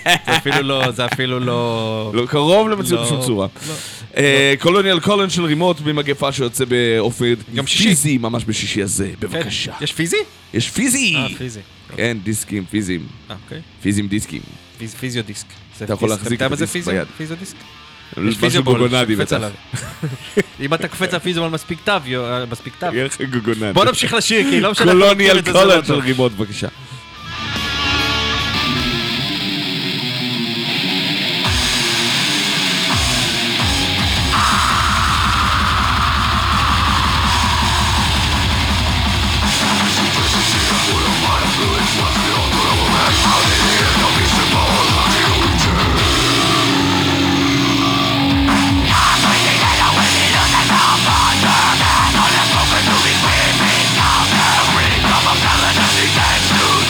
אפילו לא...
לא קרוב למציאות בשום צורה. קולוניאל קולון של רימות ממגפה שיוצא באופן פיזי, ממש בשישי הזה, בבקשה.
יש פיזי?
יש פיזי!
פיזי.
כן, דיסקים, פיזיים.
אוקיי.
פיזיים דיסקים.
פיזיו דיסק.
אתה יכול להחזיק את הדיסק ביד.
פיזיו דיסק?
יש משהו גוגונדי בטח.
אם אתה קופץ על פיזיו על מספיק טוב,
יהיה לך גוגונדי.
בוא נמשיך לשיר, כי לא משנה.
קולוניאל קולון של רימות, בבקשה.
Come up,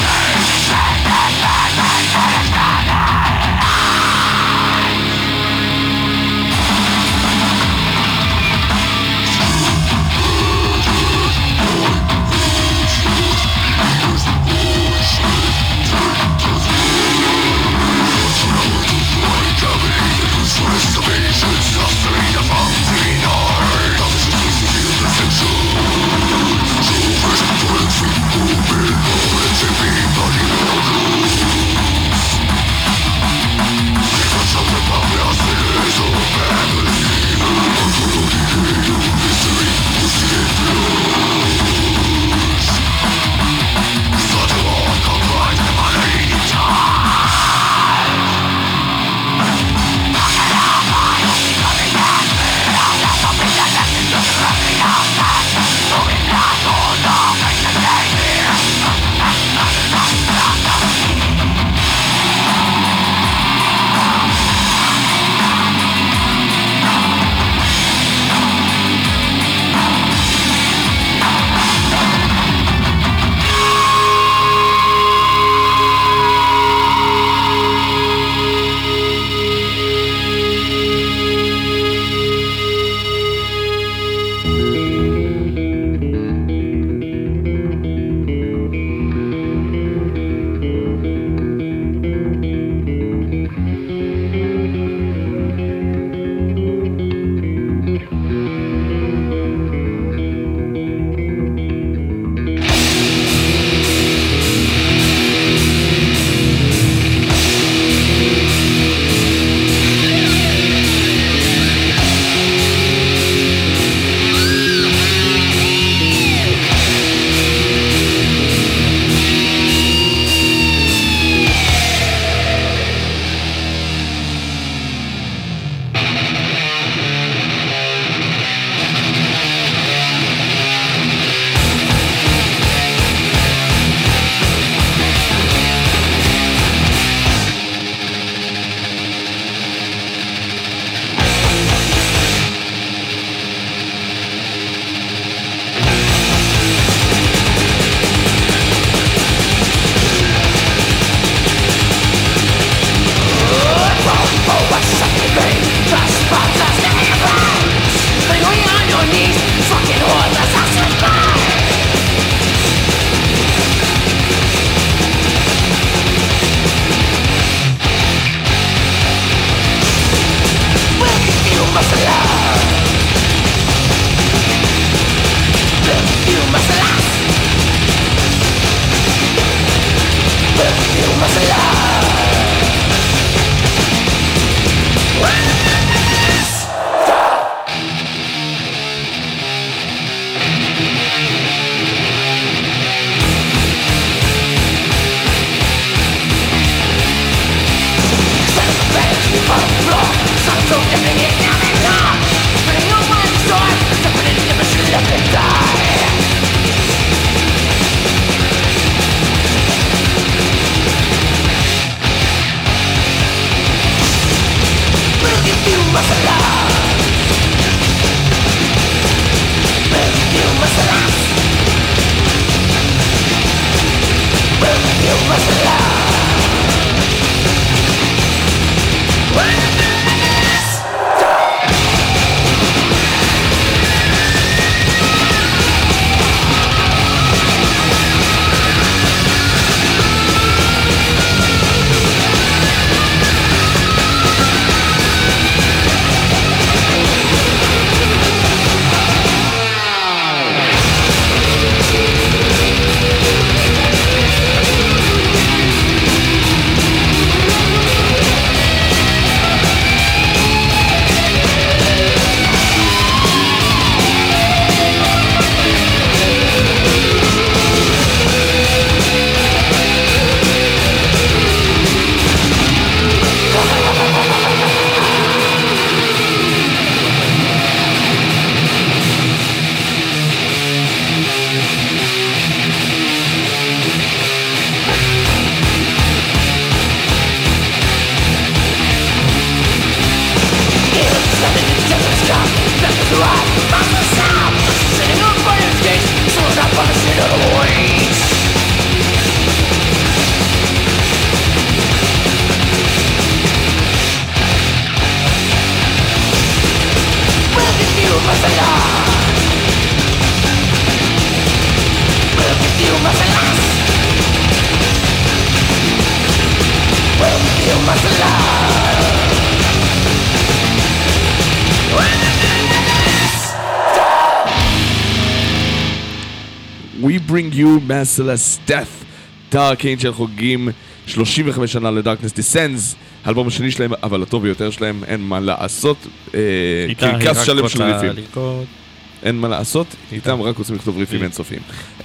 We bring you merciless death. דארק אנג'ל חוגגים 35 שנה לדארקנס דיסנדס, האלבום השני שלהם, אבל הטוב ביותר שלהם, אין מה לעשות. קרקס שלם של ריפים. אין מה לעשות, איתם רק רוצים לכתוב ריפים אינסופיים.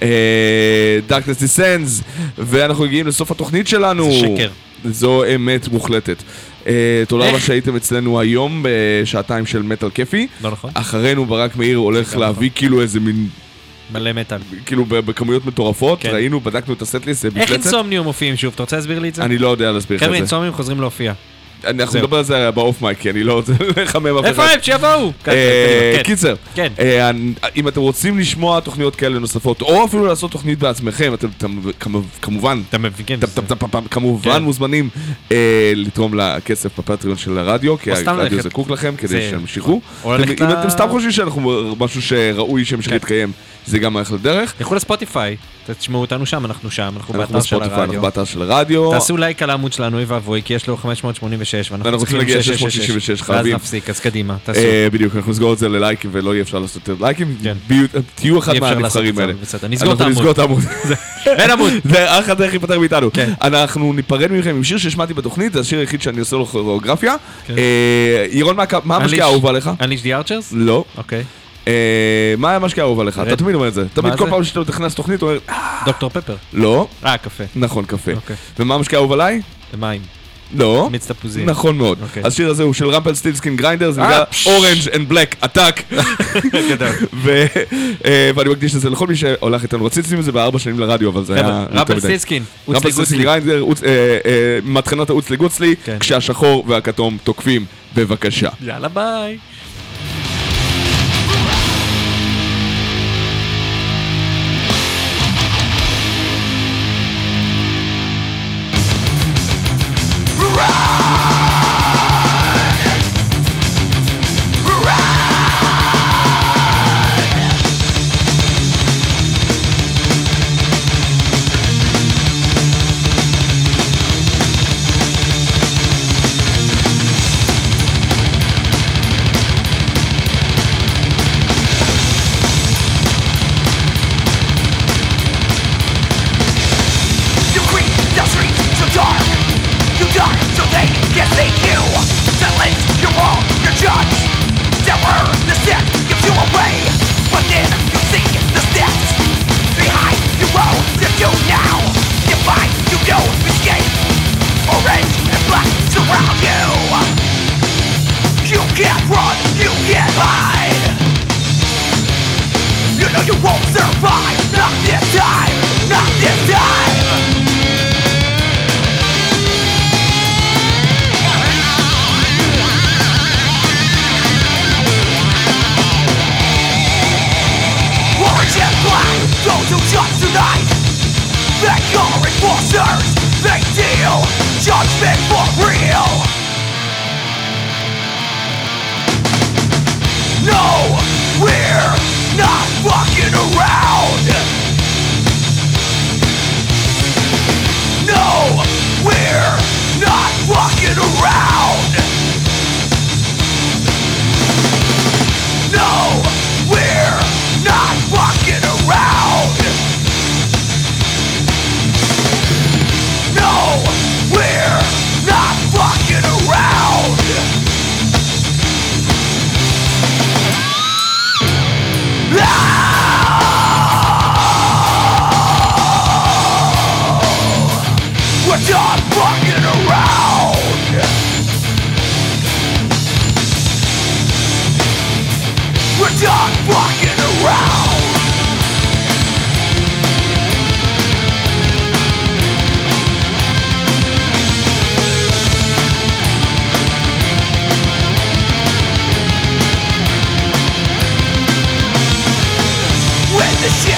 דארקנס דיסנדס, ואנחנו מגיעים לסוף התוכנית שלנו.
זה שקר.
זו אמת מוחלטת. תודה רבה שהייתם אצלנו היום בשעתיים של מטל כיפי.
לא נכון.
אחרינו ברק מאיר הולך להביא כאילו איזה מין...
מלא מטל.
כאילו בכמויות מטורפות, ראינו, בדקנו את הסט-ליסט, זה
איך אינסומניום מופיעים שוב? אתה רוצה להסביר לי את זה?
אני לא יודע להסביר לך את זה.
חבר'ה, אינסומניום חוזרים להופיע.
אנחנו נדבר על זה באוף מייק, כי אני לא רוצה לחמם אף אחד.
איפה הם? שיבואו!
קיצר,
כן.
אם אתם רוצים לשמוע תוכניות כאלה נוספות, או אפילו לעשות תוכנית בעצמכם, אתם כמובן, כמובן מוזמנים לתרום לכסף בפטריון של הרדיו, כי הרדיו זקוק לכם כדי שימשיכו. אם אתם סתם חושבים שאנחנו משהו שראוי שימשיך להתקיים, זה גם הולך לדרך.
לכו לספוטיפיי, תשמעו אותנו שם, אנחנו שם, אנחנו באתר של
בספוטיפיי, אנחנו
הרדיו.
באתר של הרדיו.
תעשו לייק על העמוד שלנו, אוי ואבוי, כי יש לו 586,
ואנחנו צריכים להגיע 666,
ואז
חייבים.
נפסיק, אז קדימה, תעשו.
בדיוק, אנחנו נסגור את זה ללייקים ולא יהיה אפשר לעשות יותר לייקים. תהיו אחד מהנבחרים האלה.
נסגור את העמוד. אין עמוד.
זה אחת הדרך להיפטר מאיתנו. אנחנו ניפרד מכם עם שיר שהשמעתי בתוכנית, זה השיר היחיד שאני עושה לו כוריאוגרפיה. ירון, מה המשקיע האהוב עליך?
Unleash the Archers?
לא.
אוקיי.
מה המשקיע האהוב עליך? אתה תמיד אומר את זה. תמיד כל פעם שאתה תכנס תוכנית, הוא אומר...
דוקטור פפר.
לא.
קפה.
נכון, קפה. ומה המשקיע האהוב עליי?
מים.
לא.
מיץ תפוזים.
נכון מאוד. אז השיר הזה הוא של רמפל סטילסקין גריינדר, זה נקרא Orange and Black Attack. ואני מקדיש לזה לכל מי שהולך איתנו. רציתי לשים את זה ב4 שנים לרדיו, אבל זה היה...
רמפל סטילסקין.
רמפל סטילסקין גריינדר, מתחנת האוצלי גוצלי, כשהשחור והכתום תוקפים. בבקשה.
יאללה ביי.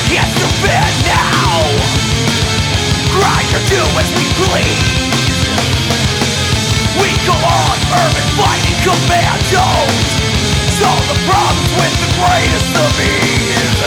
It's the bed now. Grind or do as we please. We go on urban fighting commandos. Solve the problems with the greatest of ease.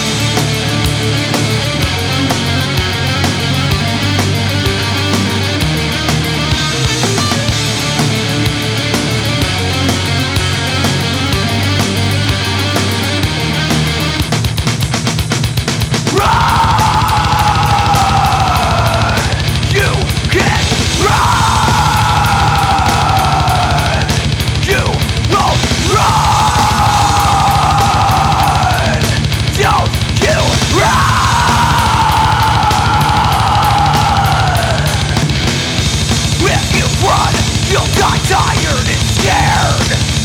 Tired and scared.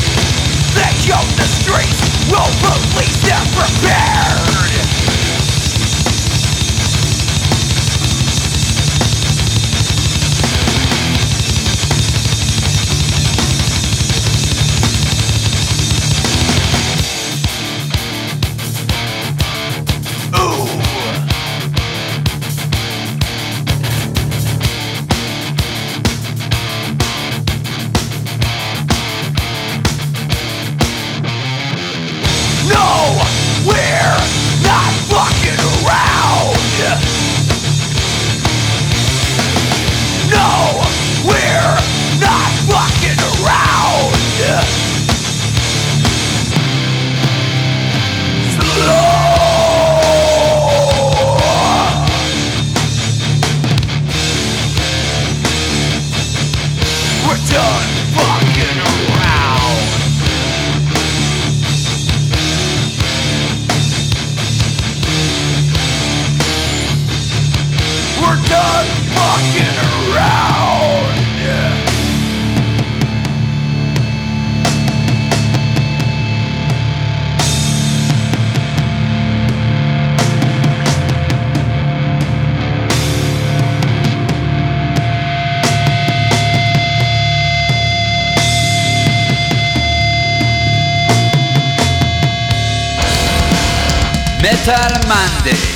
They chose the streets, will release them prepared.
Metal Monday.